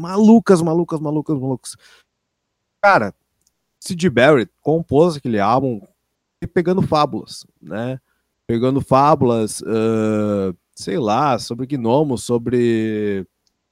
Cara, Syd Barrett compôs aquele álbum pegando fábulas, né? Pegando fábulas, sei lá, sobre gnomos, sobre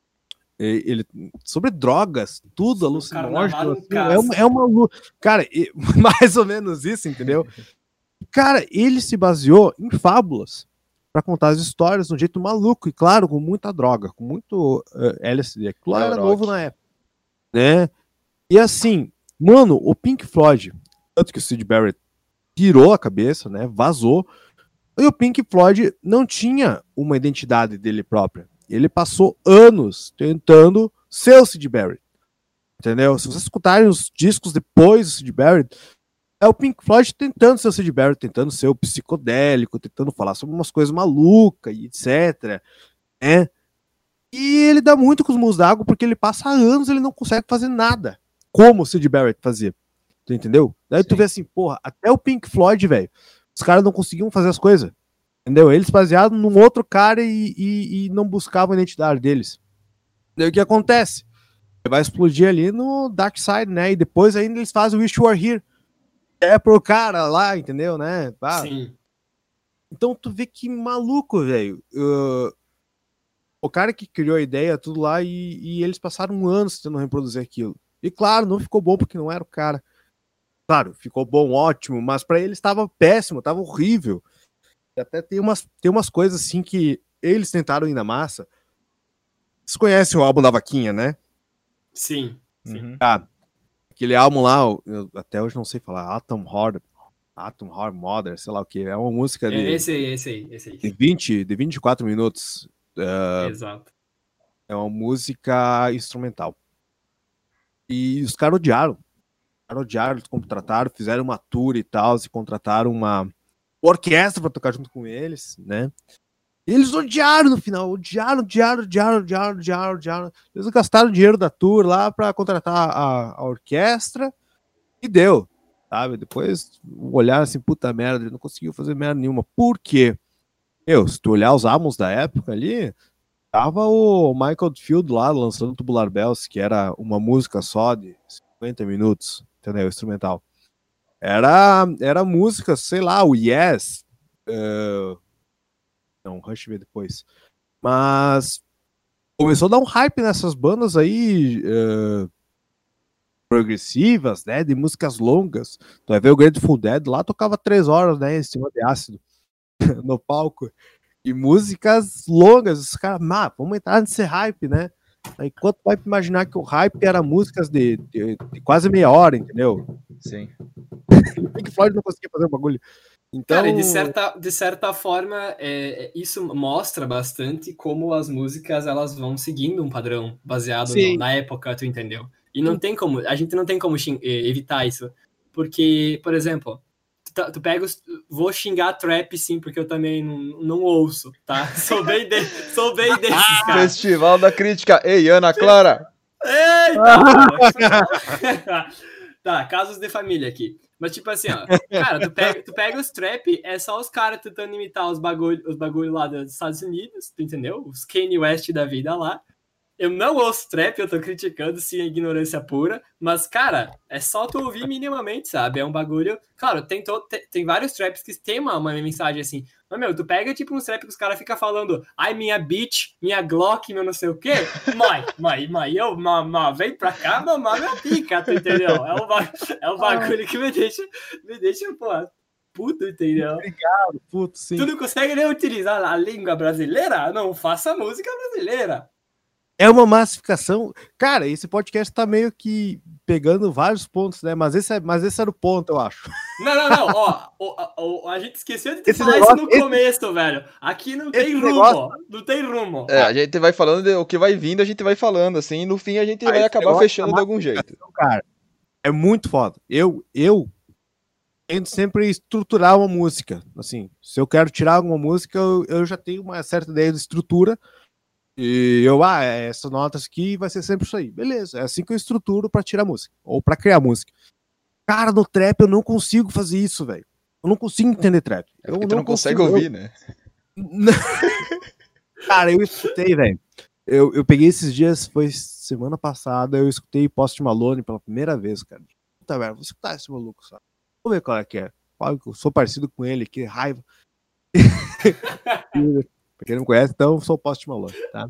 drogas, tudo alucinógeno. Assim, é uma... Cara, mais ou menos isso, entendeu? Cara, ele se baseou em fábulas para contar as histórias de um jeito maluco, e claro, com muita droga, com muito LSD. Aquilo era novo na época, né? E assim, mano, o Pink Floyd, tanto que o Syd Barrett tirou a cabeça, né? Vazou. E o Pink Floyd não tinha uma identidade dele própria. Ele passou anos tentando ser o Syd Barrett. Entendeu? Se vocês escutarem os discos depois do Syd Barrett, é o Pink Floyd tentando ser o Syd Barrett, tentando ser o psicodélico, tentando falar sobre umas coisas malucas e etc. Né? E ele dá muito com os mãos d'água porque ele passa anos e ele não consegue fazer nada como o Syd Barrett fazia. Tu entendeu? Daí tu vê assim, porra, até o Pink Floyd, velho, os caras não conseguiam fazer as coisas. Entendeu? Eles baseados num outro cara e não buscavam a identidade deles. Daí o que acontece? Vai explodir ali no Dark Side, né? E depois ainda eles fazem o Wish You Were Here. É pro cara lá, entendeu, né? Sim. Então tu vê que maluco, velho. O cara que criou a ideia, tudo lá, e eles passaram anos tentando reproduzir aquilo. E claro, não ficou bom porque não era o cara. Claro, ficou bom, ótimo, mas pra eles estava péssimo, estava horrível. E até tem umas coisas assim que eles tentaram ir na massa. Vocês conhecem o álbum da Vaquinha, né? Sim. Uhum. Aquele álbum lá, eu até hoje não sei falar, Atom Heart Mother, sei lá o que. É uma música Esse aí. de 24 minutos. Exato. É uma música instrumental. E os caras odiaram. Eles contrataram, fizeram uma tour e tal, se contrataram uma orquestra pra tocar junto com eles, né? E eles odiaram no final, odiaram. Eles gastaram o dinheiro da tour lá pra contratar a orquestra e deu, sabe? Depois olharam assim, puta merda, ele não conseguiu fazer merda nenhuma. Por quê? Se tu olhar os álbuns da época ali, tava o Michael Field lá lançando Tubular Bells, que era uma música só de 50 minutos, entendeu? Instrumental. Era música, sei lá, o Yes. Não, Rush veio depois. Mas começou a dar um hype nessas bandas aí progressivas, né? De músicas longas. Tu vai ver o Grateful Dead lá, tocava 3 horas, né? Em cima de ácido no palco. E músicas longas, os caras, vamos entrar nesse hype, né? Aí quanto vai imaginar que o hype era músicas de quase meia hora, entendeu? Sim. O Pink Floyd não conseguia fazer o bagulho. Então... Cara, de certa forma, isso mostra bastante como as músicas elas vão seguindo um padrão baseado na época, tu entendeu? E não tem como, a gente não tem como evitar isso. Porque, por exemplo, tu pega vou xingar trap sim, porque eu também não ouço, tá? Sou bem desses, cara. Festival da Crítica. Ei, Ana Clara! Eita! Tá, casos de família aqui. Mas tipo assim, ó, cara, tu pega os trap, é só os caras tentando imitar os bagulho lá dos Estados Unidos, tu entendeu? Os Kanye West da vida lá. Eu não ouço trap, eu tô criticando sim a ignorância pura, mas, cara, é só tu ouvir minimamente, sabe? É um bagulho... Claro, tem vários traps que tem uma mensagem assim, mas, tu pega tipo uns trap que os caras ficam falando ai, minha bitch, minha Glock, meu não sei o quê, vem pra cá mamar minha pica, tu entendeu? É um bagulho que me deixa, pô, puto, entendeu? Obrigado, puto, sim. Tu não consegue nem utilizar a língua brasileira? Não faça música brasileira. É uma massificação. Cara, esse podcast tá meio que pegando vários pontos, né? Mas esse era o ponto, eu acho. Não. Ó, a gente esqueceu de te falar isso no começo, velho. Aqui não tem rumo. Não tem rumo. A gente vai falando o que vai vindo, a gente vai falando, assim, e no fim a gente vai acabar fechando de algum jeito. Cara, é muito foda. Eu tento sempre estruturar uma música. Assim, se eu quero tirar alguma música, eu já tenho uma certa ideia de estrutura. E essas notas aqui vai ser sempre isso aí. Beleza, é assim que eu estruturo pra tirar música. Ou pra criar música. Cara, no trap eu não consigo fazer isso, velho. Eu não consigo entender trap. Eu não consegue ouvir, né? Cara, eu escutei, velho. Eu peguei esses dias, foi semana passada, eu escutei Post Malone pela primeira vez, cara. Puta merda, vou escutar esse maluco, sabe? Vou ver qual é que é. Eu sou parecido com ele, que raiva. Pra quem não conhece, então eu sou o Post Malone, tá?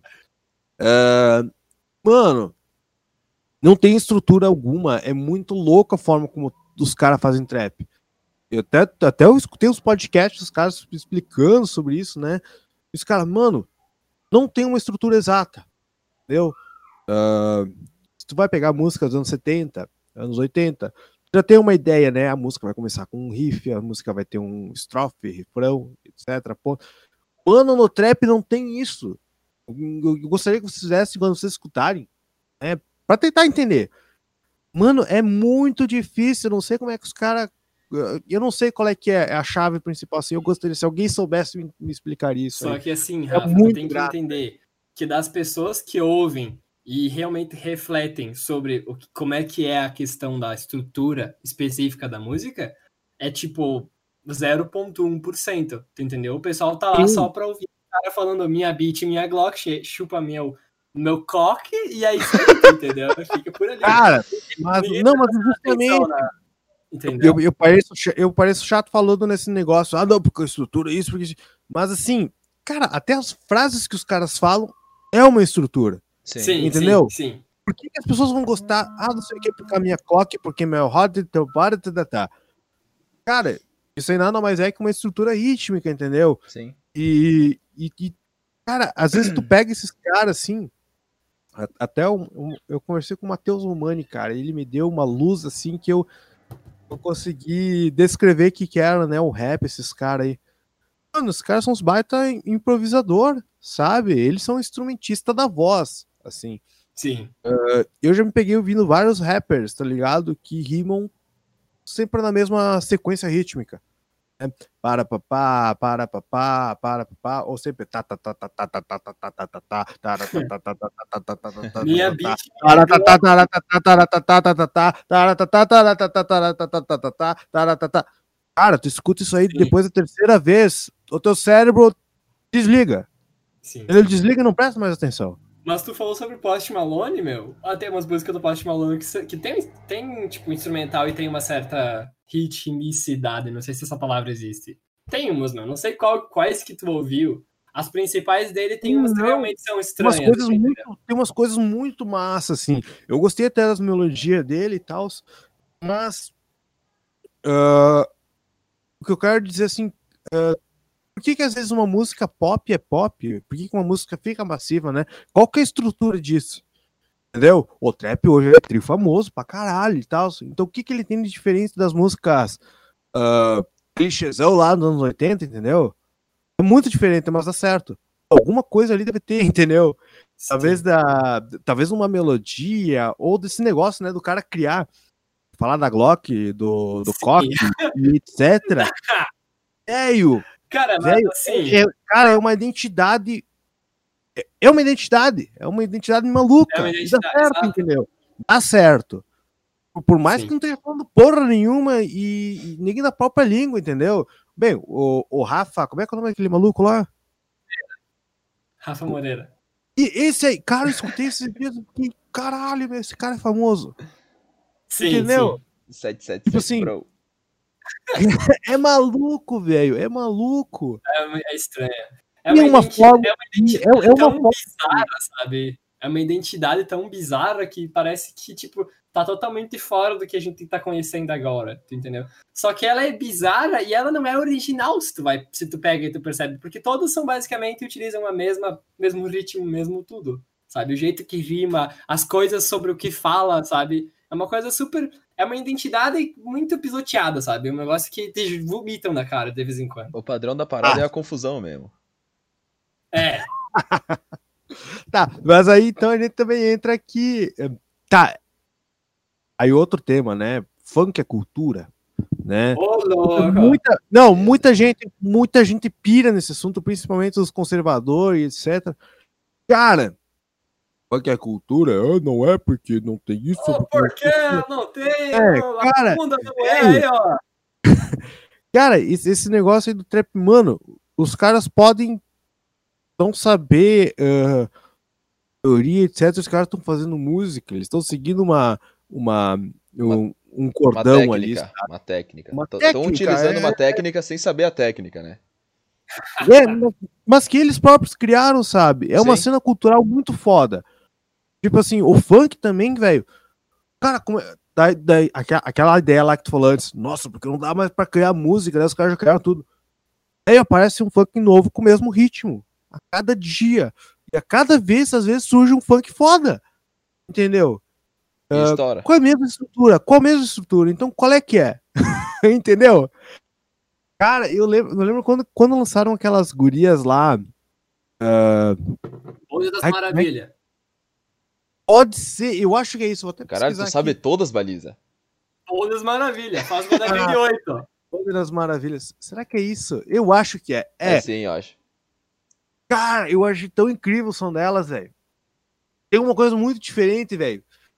Mano, não tem estrutura alguma. É muito louca a forma como os caras fazem trap. Até eu escutei os podcasts dos caras explicando sobre isso, né? E os caras, mano, não tem uma estrutura exata, entendeu? Se tu vai pegar música dos anos 70, anos 80, já tem uma ideia, né? A música vai começar com um riff, a música vai ter um estrofe, refrão, etc. Mano, no trap não tem isso. Eu gostaria que vocês fizessem quando vocês escutarem, né? Pra tentar entender. Mano, é muito difícil. Eu não sei como é que os caras. Eu não sei qual é que é a chave principal. Assim, eu gostaria, se alguém soubesse me explicar isso. Só que assim, Rafa, tu tem que entender que das pessoas que ouvem e realmente refletem sobre como é que é a questão da estrutura específica da música, é tipo 0,1%, tu entendeu? O pessoal tá lá só pra ouvir o cara falando minha beat, minha Glock, chupa meu meu coque, e aí você entendeu? Fica por ali. Cara, mas justamente... Entendeu? Eu pareço chato falando nesse negócio. Ah, não, porque a estrutura é isso, porque... Mas assim, cara, até as frases que os caras falam é uma estrutura. Sim, entendeu? Sim. Por que as pessoas vão gostar? Ah, não sei o que, porque a minha clock, porque meu hot, teu body, tá. Cara, isso aí nada mais é que uma estrutura rítmica, entendeu? Sim. E cara, às vezes tu pega esses caras assim. Até eu conversei com o Matheus Romani, cara. Ele me deu uma luz assim que eu consegui descrever o que era, né? O rap, esses caras aí. Mano, os caras são uns baita improvisador, sabe? Eles são instrumentistas da voz, assim. Sim. Eu já me peguei ouvindo vários rappers, tá ligado? Que rimam sempre na mesma sequência rítmica. Para papá, ou sempre tá tá tá tá tá tá tá tá tá tá tá tá Minha beat. tá. Cara, tu escuta isso aí depois da terceira vez, o teu cérebro desliga. Sim. Ele desliga e não presta mais atenção. Mas tu falou sobre Post Malone, meu. Tem umas músicas do Post Malone que tem tipo, instrumental e tem uma certa ritmicidade. Não sei se essa palavra existe. Tem umas, meu. Não sei quais que tu ouviu. As principais dele tem umas que realmente são estranhas. Tem umas coisas muito massas, assim. Eu gostei até das melodias dele e tal, mas o que eu quero dizer, assim, por que às vezes uma música pop é pop? Por que uma música fica massiva, né? Qual que é a estrutura disso? Entendeu? O trap hoje é tri famoso pra caralho e tal. Então o que ele tem de diferente das músicas clichêzão lá nos anos 80, entendeu? É muito diferente, mas dá certo. Alguma coisa ali deve ter, entendeu? Talvez uma melodia, ou desse negócio, né, do cara criar, falar da Glock, do Cock, e etc. Cara, Velho, assim... cara, é uma identidade. É uma identidade maluca. É uma identidade, dá certo, exato. Entendeu? Dá certo. Por mais Sim. que não esteja falando porra nenhuma e ninguém da própria língua, entendeu? Bem, o Rafa, como é que é o nome daquele maluco lá? Rafa Moreira. E esse aí, cara, eu escutei esses dias. Caralho, meu, esse cara é famoso. Sim, entendeu? Sim. 777, tipo assim, bro. É maluco, velho. É maluco. É estranho. É uma forma. É uma tão forma bizarra, sabe? É uma identidade tão bizarra que parece que, tipo, tá totalmente fora do que a gente tá conhecendo agora, tu entendeu? Só que ela é bizarra e ela não é original se tu pega e tu percebe, porque todos são basicamente utilizam mesmo ritmo, mesmo tudo, sabe? O jeito que rima, as coisas sobre o que fala, sabe? É uma coisa super... É uma identidade muito pisoteada, sabe? É um negócio que te vomitam na cara de vez em quando. O padrão da parada é a confusão mesmo. Tá, mas aí então a gente também entra aqui. Tá. Aí outro tema, né? Funk é cultura, né? Muita gente pira nesse assunto, principalmente os conservadores, etc. Cara, funk é cultura? Não é porque não tem isso. Por que não tem? Cara, aí, ó. Cara, esse negócio aí do trap, mano, os caras podem não saber teoria, etc. Os caras estão fazendo música, eles estão seguindo um cordão ali. Uma técnica. Estão utilizando uma técnica sem saber a técnica, né? Mas que eles próprios criaram, sabe? É uma cena cultural muito foda. Tipo assim, o funk também, velho. Cara, aquela ideia lá que tu falou antes, nossa, porque não dá mais pra criar música, né? Os caras já criaram tudo. Aí aparece um funk novo com o mesmo ritmo. A cada dia. E a cada vez, às vezes, surge um funk foda. Entendeu? Qual é a mesma estrutura? Então, qual é que é? Entendeu? Cara, eu lembro quando lançaram aquelas gurias lá. Bonde das Maravilhas. Pode ser, eu acho que é isso. Vou até Caralho, tu sabe todas, Baliza? Bonde das Maravilhas, faz uma 2008. Bonde das Maravilhas. Será que é isso? Eu acho que é. É sim, eu acho. Cara, eu achei tão incrível o som delas, velho. Tem uma coisa muito diferente, velho.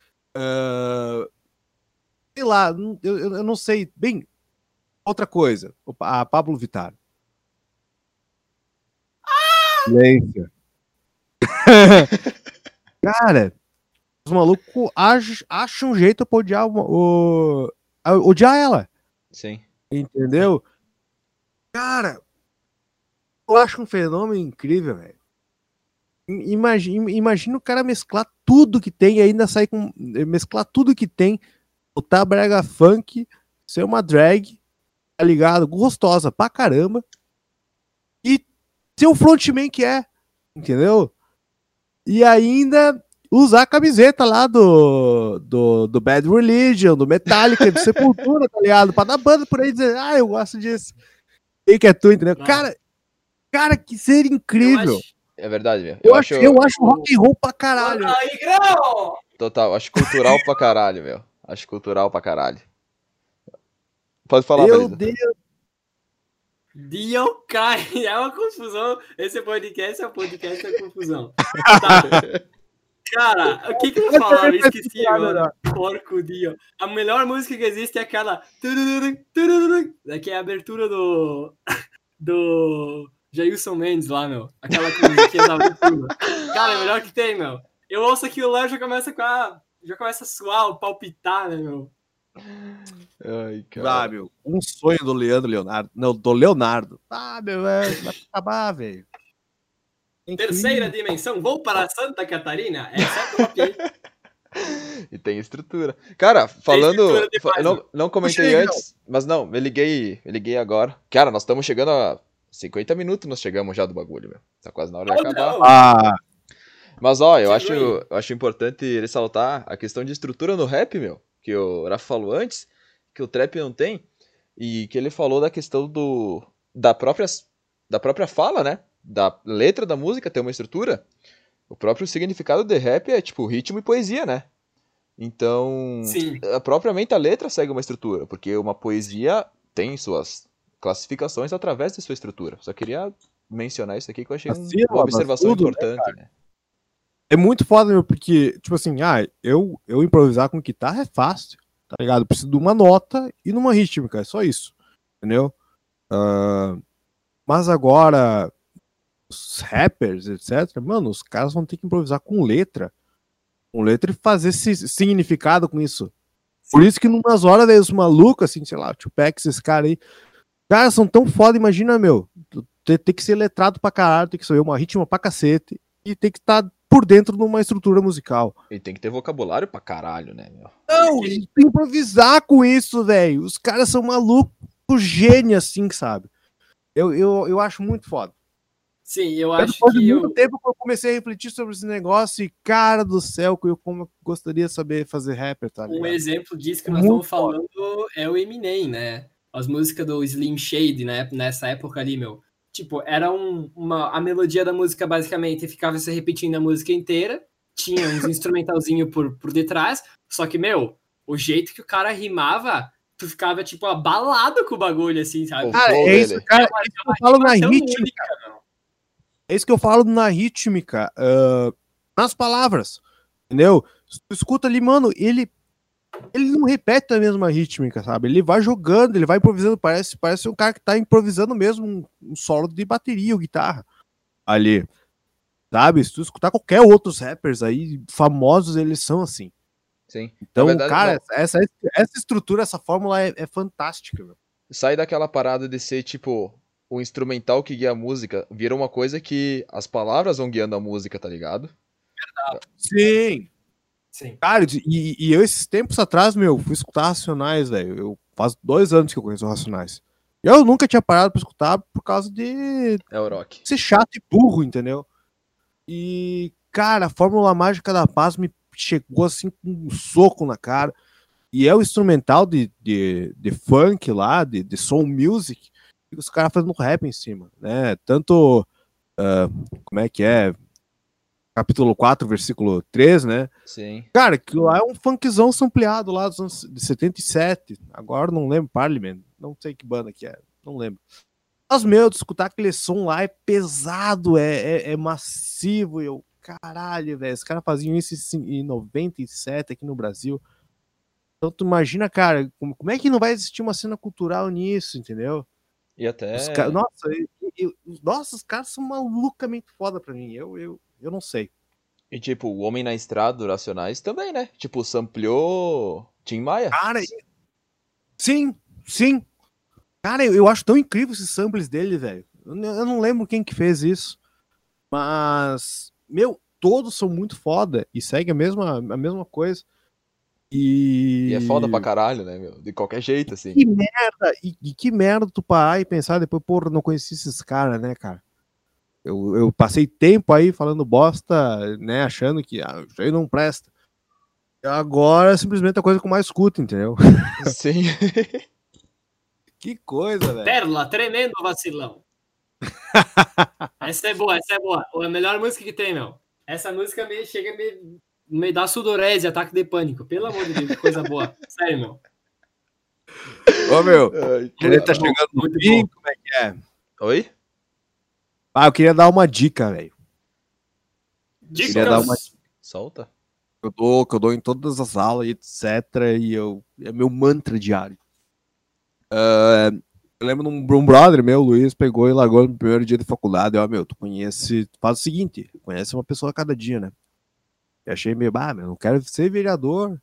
Sei lá, eu não sei. Bem, outra coisa. A Pablo Vittar. Silêncio. Cara, os malucos acham um jeito pra odiar ela. Sim. Entendeu? Cara, eu acho um fenômeno incrível, velho. Imagina o cara mesclar tudo que tem e ainda sair com. Mesclar tudo que tem, botar brega funk, ser uma drag, tá ligado? Gostosa pra caramba. E ser o frontman que é, entendeu? E ainda usar a camiseta lá do Bad Religion, do Metallica, do Sepultura, tá ligado? Pra dar banda por aí dizer, eu gosto disso. E que é tu, entendeu? Cara, que ser incrível. É verdade, velho. Eu acho rock and roll pra caralho. Aí, grau! Total, acho cultural pra caralho, velho. Acho cultural pra caralho. Pode falar, Meu Belisa. Deus. Dio cai. É uma confusão. Esse podcast é um podcast da confusão. Tá. Cara, o que eu falava? Eu esqueci agora. Porco Dio. A melhor música que existe é aquela. Que é a abertura do Jailson Mendes lá, meu. Aquela musiquinha da abertura. Cara, é o melhor que tem, meu. Eu ouço aquilo lá e já começa a suar, palpitar, né, meu? Ai, cara. Meu, um sonho do Leonardo. Não, do Leonardo. Meu, vai acabar, velho. Terceira dimensão, vou para Santa Catarina? É só top, hein? E tem estrutura. Cara, falando. Estrutura Eu não comentei antes, mas não, me liguei agora. Cara, nós estamos chegando a 50 minutos, nós chegamos já do bagulho, meu. Tá quase na hora de acabar. Mas ó, eu acho importante ressaltar a questão de estrutura no rap, meu. Que o Rafa falou antes, que o trap não tem. E que ele falou da questão da própria fala, né? Da letra da música ter uma estrutura. O próprio significado de rap é tipo ritmo e poesia, né? Então, sim, propriamente a letra segue uma estrutura, porque uma poesia tem suas classificações através de sua estrutura. Só queria mencionar isso aqui que eu achei uma observação importante, né? É muito foda, meu, porque, tipo assim, eu improvisar com guitarra é fácil, tá ligado? Eu preciso de uma nota e numa rítmica, é só isso, entendeu? Mas agora, os rappers, etc., mano, os caras vão ter que improvisar com letra e fazer esse significado com isso. Por isso que numas horas, velho, os malucos, assim, sei lá, o Tupac, esses caras aí, cara, são tão foda, imagina, meu, tem que ser letrado pra caralho, tem que saber uma ritmo pra cacete e tem que estar por dentro de uma estrutura musical. E tem que ter vocabulário pra caralho, né, meu? Não, e improvisar com isso, velho. Os caras são malucos, gênio, assim, sabe? Eu acho muito foda. Sim, eu acho Depois que de muito tempo que eu comecei a refletir sobre esse negócio e, cara do céu, como eu gostaria de saber fazer rapper, tá ligado? Um exemplo disso que nós estamos falando é o Eminem, né? As músicas do Slim Shady, né? Nessa época ali, meu. Tipo, era a melodia da música basicamente ficava se repetindo a música inteira, tinha uns instrumentalzinhos por detrás, só que, meu, o jeito que o cara rimava, tu ficava, tipo, abalado com o bagulho, assim, sabe? Cara, é isso, cara, é isso que eu falo na rítmica. É isso que eu falo na rítmica, nas palavras, entendeu? Se tu escuta ali, mano, ele não repete a mesma rítmica, sabe? Ele vai jogando, ele vai improvisando, parece um cara que tá improvisando mesmo um solo de bateria ou guitarra ali, sabe? Se tu escutar qualquer outros rappers aí, famosos, eles são assim. Sim. Então, verdade, cara, essa estrutura, essa fórmula é fantástica, meu. Sai daquela parada de ser, tipo, o instrumental que guia a música, vira uma coisa que as palavras vão guiando a música, tá ligado? Sim. Cara, e eu esses tempos atrás, meu, fui escutar Racionais, velho. Faz 2 anos que eu conheço Racionais. Eu nunca tinha parado pra escutar por causa de ser chato e burro, entendeu? E, cara, a Fórmula Mágica da Paz me chegou assim com um soco na cara. E é o instrumental de funk lá, de soul music, e os caras fazendo rap em cima, né? Tanto, como é que é? Capítulo 4, versículo 3, né? Sim. Cara, aquilo lá é um funkzão sampleado lá dos anos de 77. Agora não lembro, Parliament. Não sei que banda que é, não lembro. Mas, meu, de escutar aquele som lá é pesado, é massivo. Eu, caralho, velho, os caras faziam isso em 97 aqui no Brasil. Então tu imagina, cara, como é que não vai existir uma cena cultural nisso, entendeu? E até... Nossa, os caras são malucamente foda pra mim. Eu não sei. E tipo, o Homem na Estrada do Racionais também, né? Tipo, sampleou Tim Maia. Cara, sim, sim. Cara, eu acho tão incrível esses samples dele, velho. Eu não lembro quem que fez isso. Mas, meu, todos são muito foda e segue a mesma coisa. E é foda pra caralho, né, meu? De qualquer jeito, assim. Que merda! E que merda tu parar e pensar depois, porra, não conheci esses caras, né, cara? Eu passei tempo aí falando bosta, né, achando que isso aí não presta. Agora é simplesmente a coisa que eu mais escuto, entendeu? Sim. Que coisa, velho. Pérola, tremendo vacilão. Essa é boa, essa é boa. A melhor música que tem, meu. Essa música chega a me dar sudorese, ataque de pânico. Pelo amor de Deus, que coisa boa. Sério, meu. Ô, meu, Ai, ele tá cara. chegando no muito fim, bom. como é que é? Oi? Ah, eu queria dar uma dica, velho. Dicas. dar uma- Solta. Que eu dou em todas as aulas, etc. E é meu mantra diário. Eu lembro de um brother meu, o Luiz, pegou e largou no primeiro dia de faculdade. Meu, tu faz o seguinte, conhece uma pessoa a cada dia, né? Eu achei meio, meu, não quero ser vereador.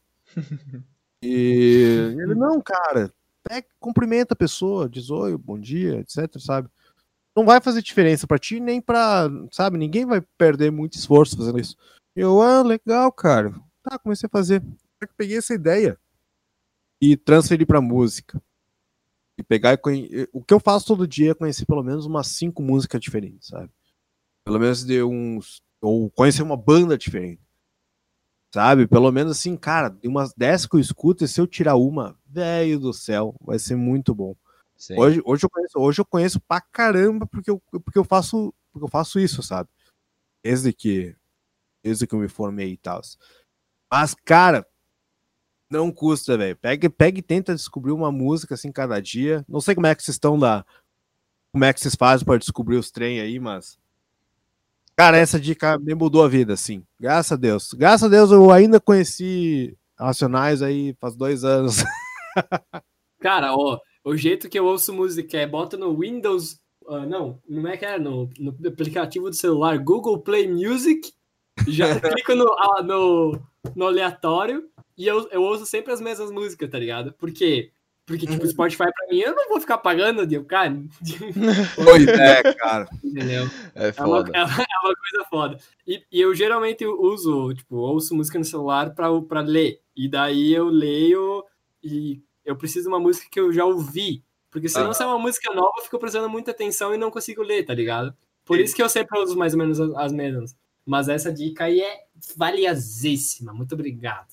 E ele, não, cara, cumprimenta a pessoa, diz oi, bom dia, etc, sabe? Não vai fazer diferença pra ti, nem pra, sabe, ninguém vai perder muito esforço fazendo isso. E eu, legal, cara. Tá, comecei a fazer. Eu peguei essa ideia e transferi pra música. E pegar o que eu faço todo dia é conhecer pelo menos umas 5 músicas diferentes, sabe? Pelo menos ou conhecer uma banda diferente. Sabe? Pelo menos assim, cara, de umas 10 que eu escuto, e se eu tirar uma, velho do céu, vai ser muito bom. Sim. Hoje eu conheço pra caramba porque eu faço isso, sabe? Desde que eu me formei e tal. Mas, cara, não custa, velho. Pega e tenta descobrir uma música assim cada dia. Não sei como é que vocês estão como é que vocês fazem para descobrir os trem aí, mas cara, essa dica me mudou a vida, assim. Graças a Deus. Graças a Deus eu ainda conheci Racionais aí faz 2 anos. Cara, ó, o jeito que eu ouço música é bota no Windows. Não é que é no aplicativo do celular Google Play Music. Já clico no aleatório e eu ouço sempre as mesmas músicas, tá ligado? Por quê? Porque, tipo, Spotify pra mim, eu não vou ficar pagando, cara. Pois é, cara. Entendeu? É foda. É uma coisa foda. E eu geralmente uso, tipo, ouço música no celular pra ler. E daí eu leio e eu preciso de uma música que eu já ouvi. Porque senão se é uma música nova, eu fico prestando muita atenção e não consigo ler, tá ligado? Por isso que eu sempre uso mais ou menos as mesmas. Mas essa dica aí é valiosíssima. Muito obrigado.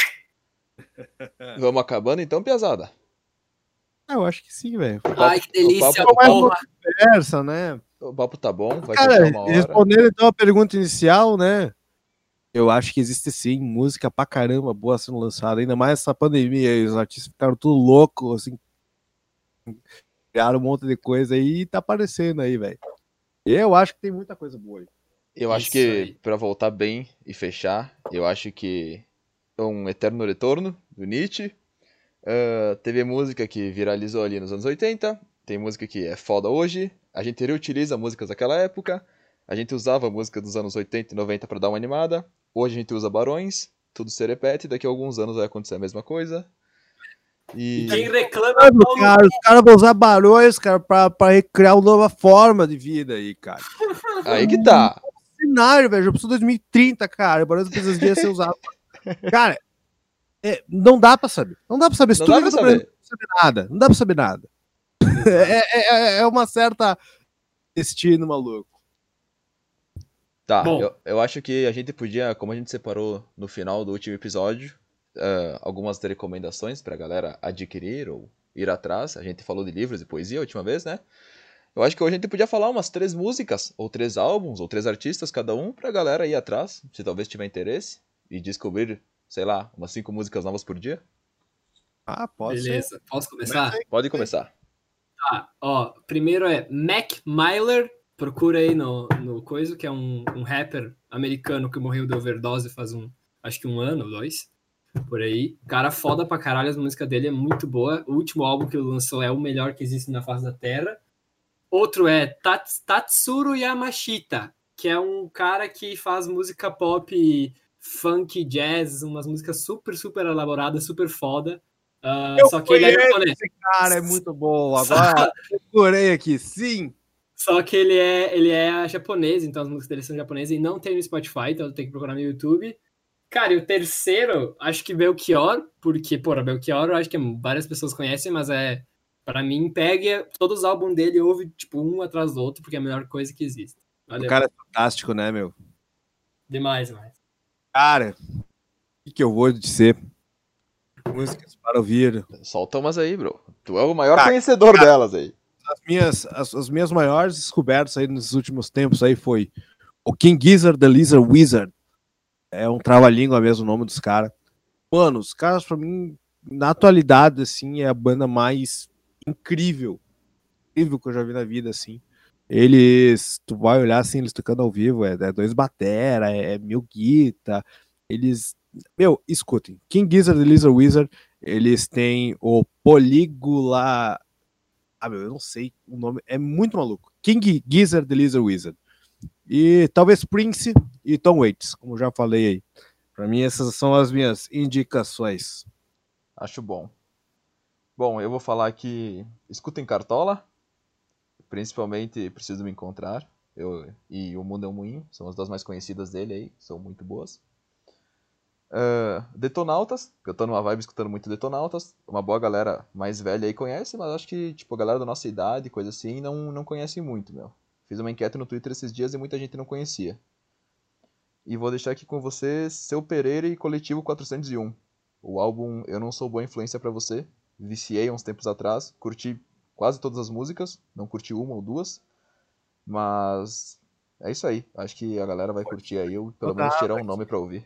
Vamos acabando então, piazada? Eu acho que sim, velho. Ai, que delícia, o papo- porra. Conversa, né? O papo tá bom, vai Cara, fechar uma hora. respondendo então a pergunta inicial, né? Eu acho que existe sim música pra caramba boa sendo lançada. Ainda mais essa pandemia aí, os artistas ficaram tudo loucos, assim. Criaram um monte de coisa aí e tá aparecendo aí, velho. Eu acho que tem muita coisa boa aí. Eu acho Isso que, aí. pra voltar bem e fechar, eu acho que é um eterno retorno do Nietzsche. Teve música que viralizou ali nos anos 80, tem música que é foda hoje, a gente reutiliza músicas daquela época, a gente usava música dos anos 80 e 90 pra dar uma animada, hoje a gente usa Barões, tudo se repete, daqui a alguns anos vai acontecer a mesma coisa. E E quem reclama Cara, os caras vão usar barões, cara, pra recriar uma nova forma de vida aí, cara. aí que tá. Cenário, velho. Já passou 2030, cara. Barões precisa de ser usado. Cara, não dá pra saber. Não dá pra saber. Se Não tu dá liga pra no Brasil, saber. não dá pra saber nada. Não dá pra saber nada. É uma certa destino maluco. Tá, Bom. eu acho que a gente podia, como a gente separou no final do último episódio, algumas recomendações pra galera adquirir ou ir atrás. A gente falou de livros e poesia a última vez, né? Eu acho que hoje a gente podia falar umas 3 músicas, ou 3 álbuns, ou 3 artistas cada um, pra galera ir atrás, se talvez tiver interesse, e descobrir, sei lá, umas 5 músicas novas por dia. Pode ser. Beleza, posso começar? Pode começar. Tá, ó, primeiro é Mac Miller, procura aí no coisa, que é um rapper americano que morreu de overdose faz acho que 1 ano ou 2, por aí. Cara foda pra caralho, as músicas dele é muito boa. O último álbum que ele lançou é o melhor que existe na face da Terra. Outro é Tatsuro Yamashita, que é um cara que faz música pop, funk, jazz, umas músicas super, super elaboradas, super foda. Só que ele é japonês. Esse cara é muito bom. Agora, procurei aqui, sim. Só que ele é japonês, então as músicas dele são japonesas e não tem no Spotify, então tem que procurar no YouTube. Cara, e o terceiro, acho que Belchior, porque, porra, Belchior eu acho que várias pessoas conhecem, mas pra mim, pega todos os álbuns dele e ouve, tipo, um atrás do outro, porque é a melhor coisa que existe. Valeu. O cara é fantástico, né, meu? Demais. Cara, o que eu vou dizer? Músicas para ouvir. Solta umas aí, bro. Tu é o maior conhecedor delas aí. As minhas maiores descobertas aí nos últimos tempos aí foi o King Gizzard, The Lizard Wizard. É um trava-língua mesmo o nome dos caras. Mano, os caras pra mim, na atualidade, assim, é a banda mais incrível que eu já vi na vida, assim. Eles, tu vai olhar assim, eles tocando ao vivo, é 2 batera, é 1000 guitarra, eles... Meu, escutem, King Gizzard, The Lizard Wizard, eles têm o Polígula... meu, eu não sei o nome, é muito maluco. King Gizzard, The Lizard Wizard. E talvez Prince e Tom Waits, como já falei aí. Pra mim, essas são as minhas indicações. Acho bom. Bom, eu vou falar que escutem Cartola, principalmente Preciso Me Encontrar, e O Mundo é um Moinho, são as duas mais conhecidas dele aí, são muito boas. Detonautas, que eu tô numa vibe escutando muito Detonautas, uma boa galera mais velha aí conhece, mas acho que tipo, a galera da nossa idade, coisa assim, não conhece muito, meu. Fiz uma enquete no Twitter esses dias e muita gente não conhecia. E vou deixar aqui com você Seu Pereira e Coletivo 401. O álbum Eu Não Sou Boa Influência Pra Você. Viciei uns tempos atrás. Curti quase todas as músicas. Não curti uma ou duas. Mas é isso aí. Acho que a galera vai curtir aí. Ou pelo menos tirar um nome pra ouvir.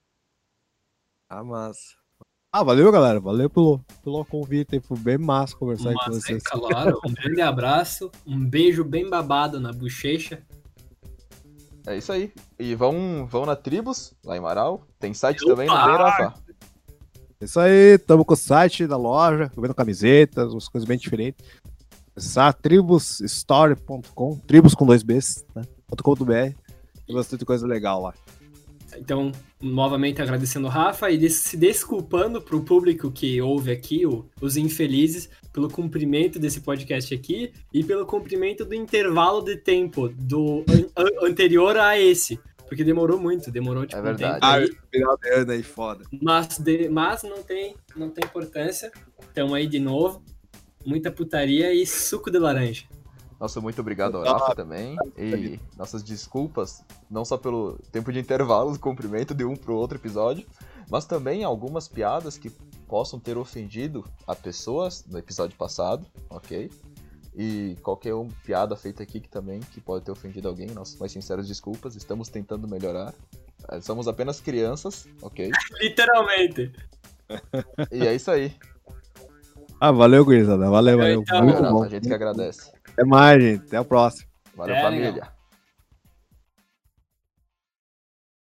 Massa. Valeu, galera. Valeu pelo convite. Foi bem massa conversar com vocês. Claro, um grande abraço. Um beijo bem babado na bochecha. É isso aí. E vão na Tribus, lá em Marau. Tem site também, não tem, Rafa? É isso aí, tamo com o site da loja, vendo camisetas, umas coisas bem diferentes. Acessar tribusstory.com, tribus com 2 Bs, né? .com.br. Tem bastante coisa legal lá. Então, novamente agradecendo o Rafa e se desculpando pro público que ouve aqui, os infelizes, pelo cumprimento desse podcast aqui e pelo cumprimento do intervalo de tempo do anterior a esse. Porque demorou muito, tipo, um tempo aí. Final de ano aí, foda. Mas não tem importância. Então aí de novo, muita putaria e suco de laranja. Nossa, muito obrigado ao Rafa também. E nossas desculpas, não só pelo tempo de intervalo do comprimento de um pro outro episódio, mas também algumas piadas que possam ter ofendido a pessoas no episódio passado, ok? E qualquer piada feita aqui que pode ter ofendido alguém, nossas mais sinceras desculpas, estamos tentando melhorar. Somos apenas crianças, ok? Literalmente. E é isso aí. Valeu, gurizada. Valeu. Então, muito bom. A gente que agradece. Até mais, gente. Até a próxima. Valeu, família.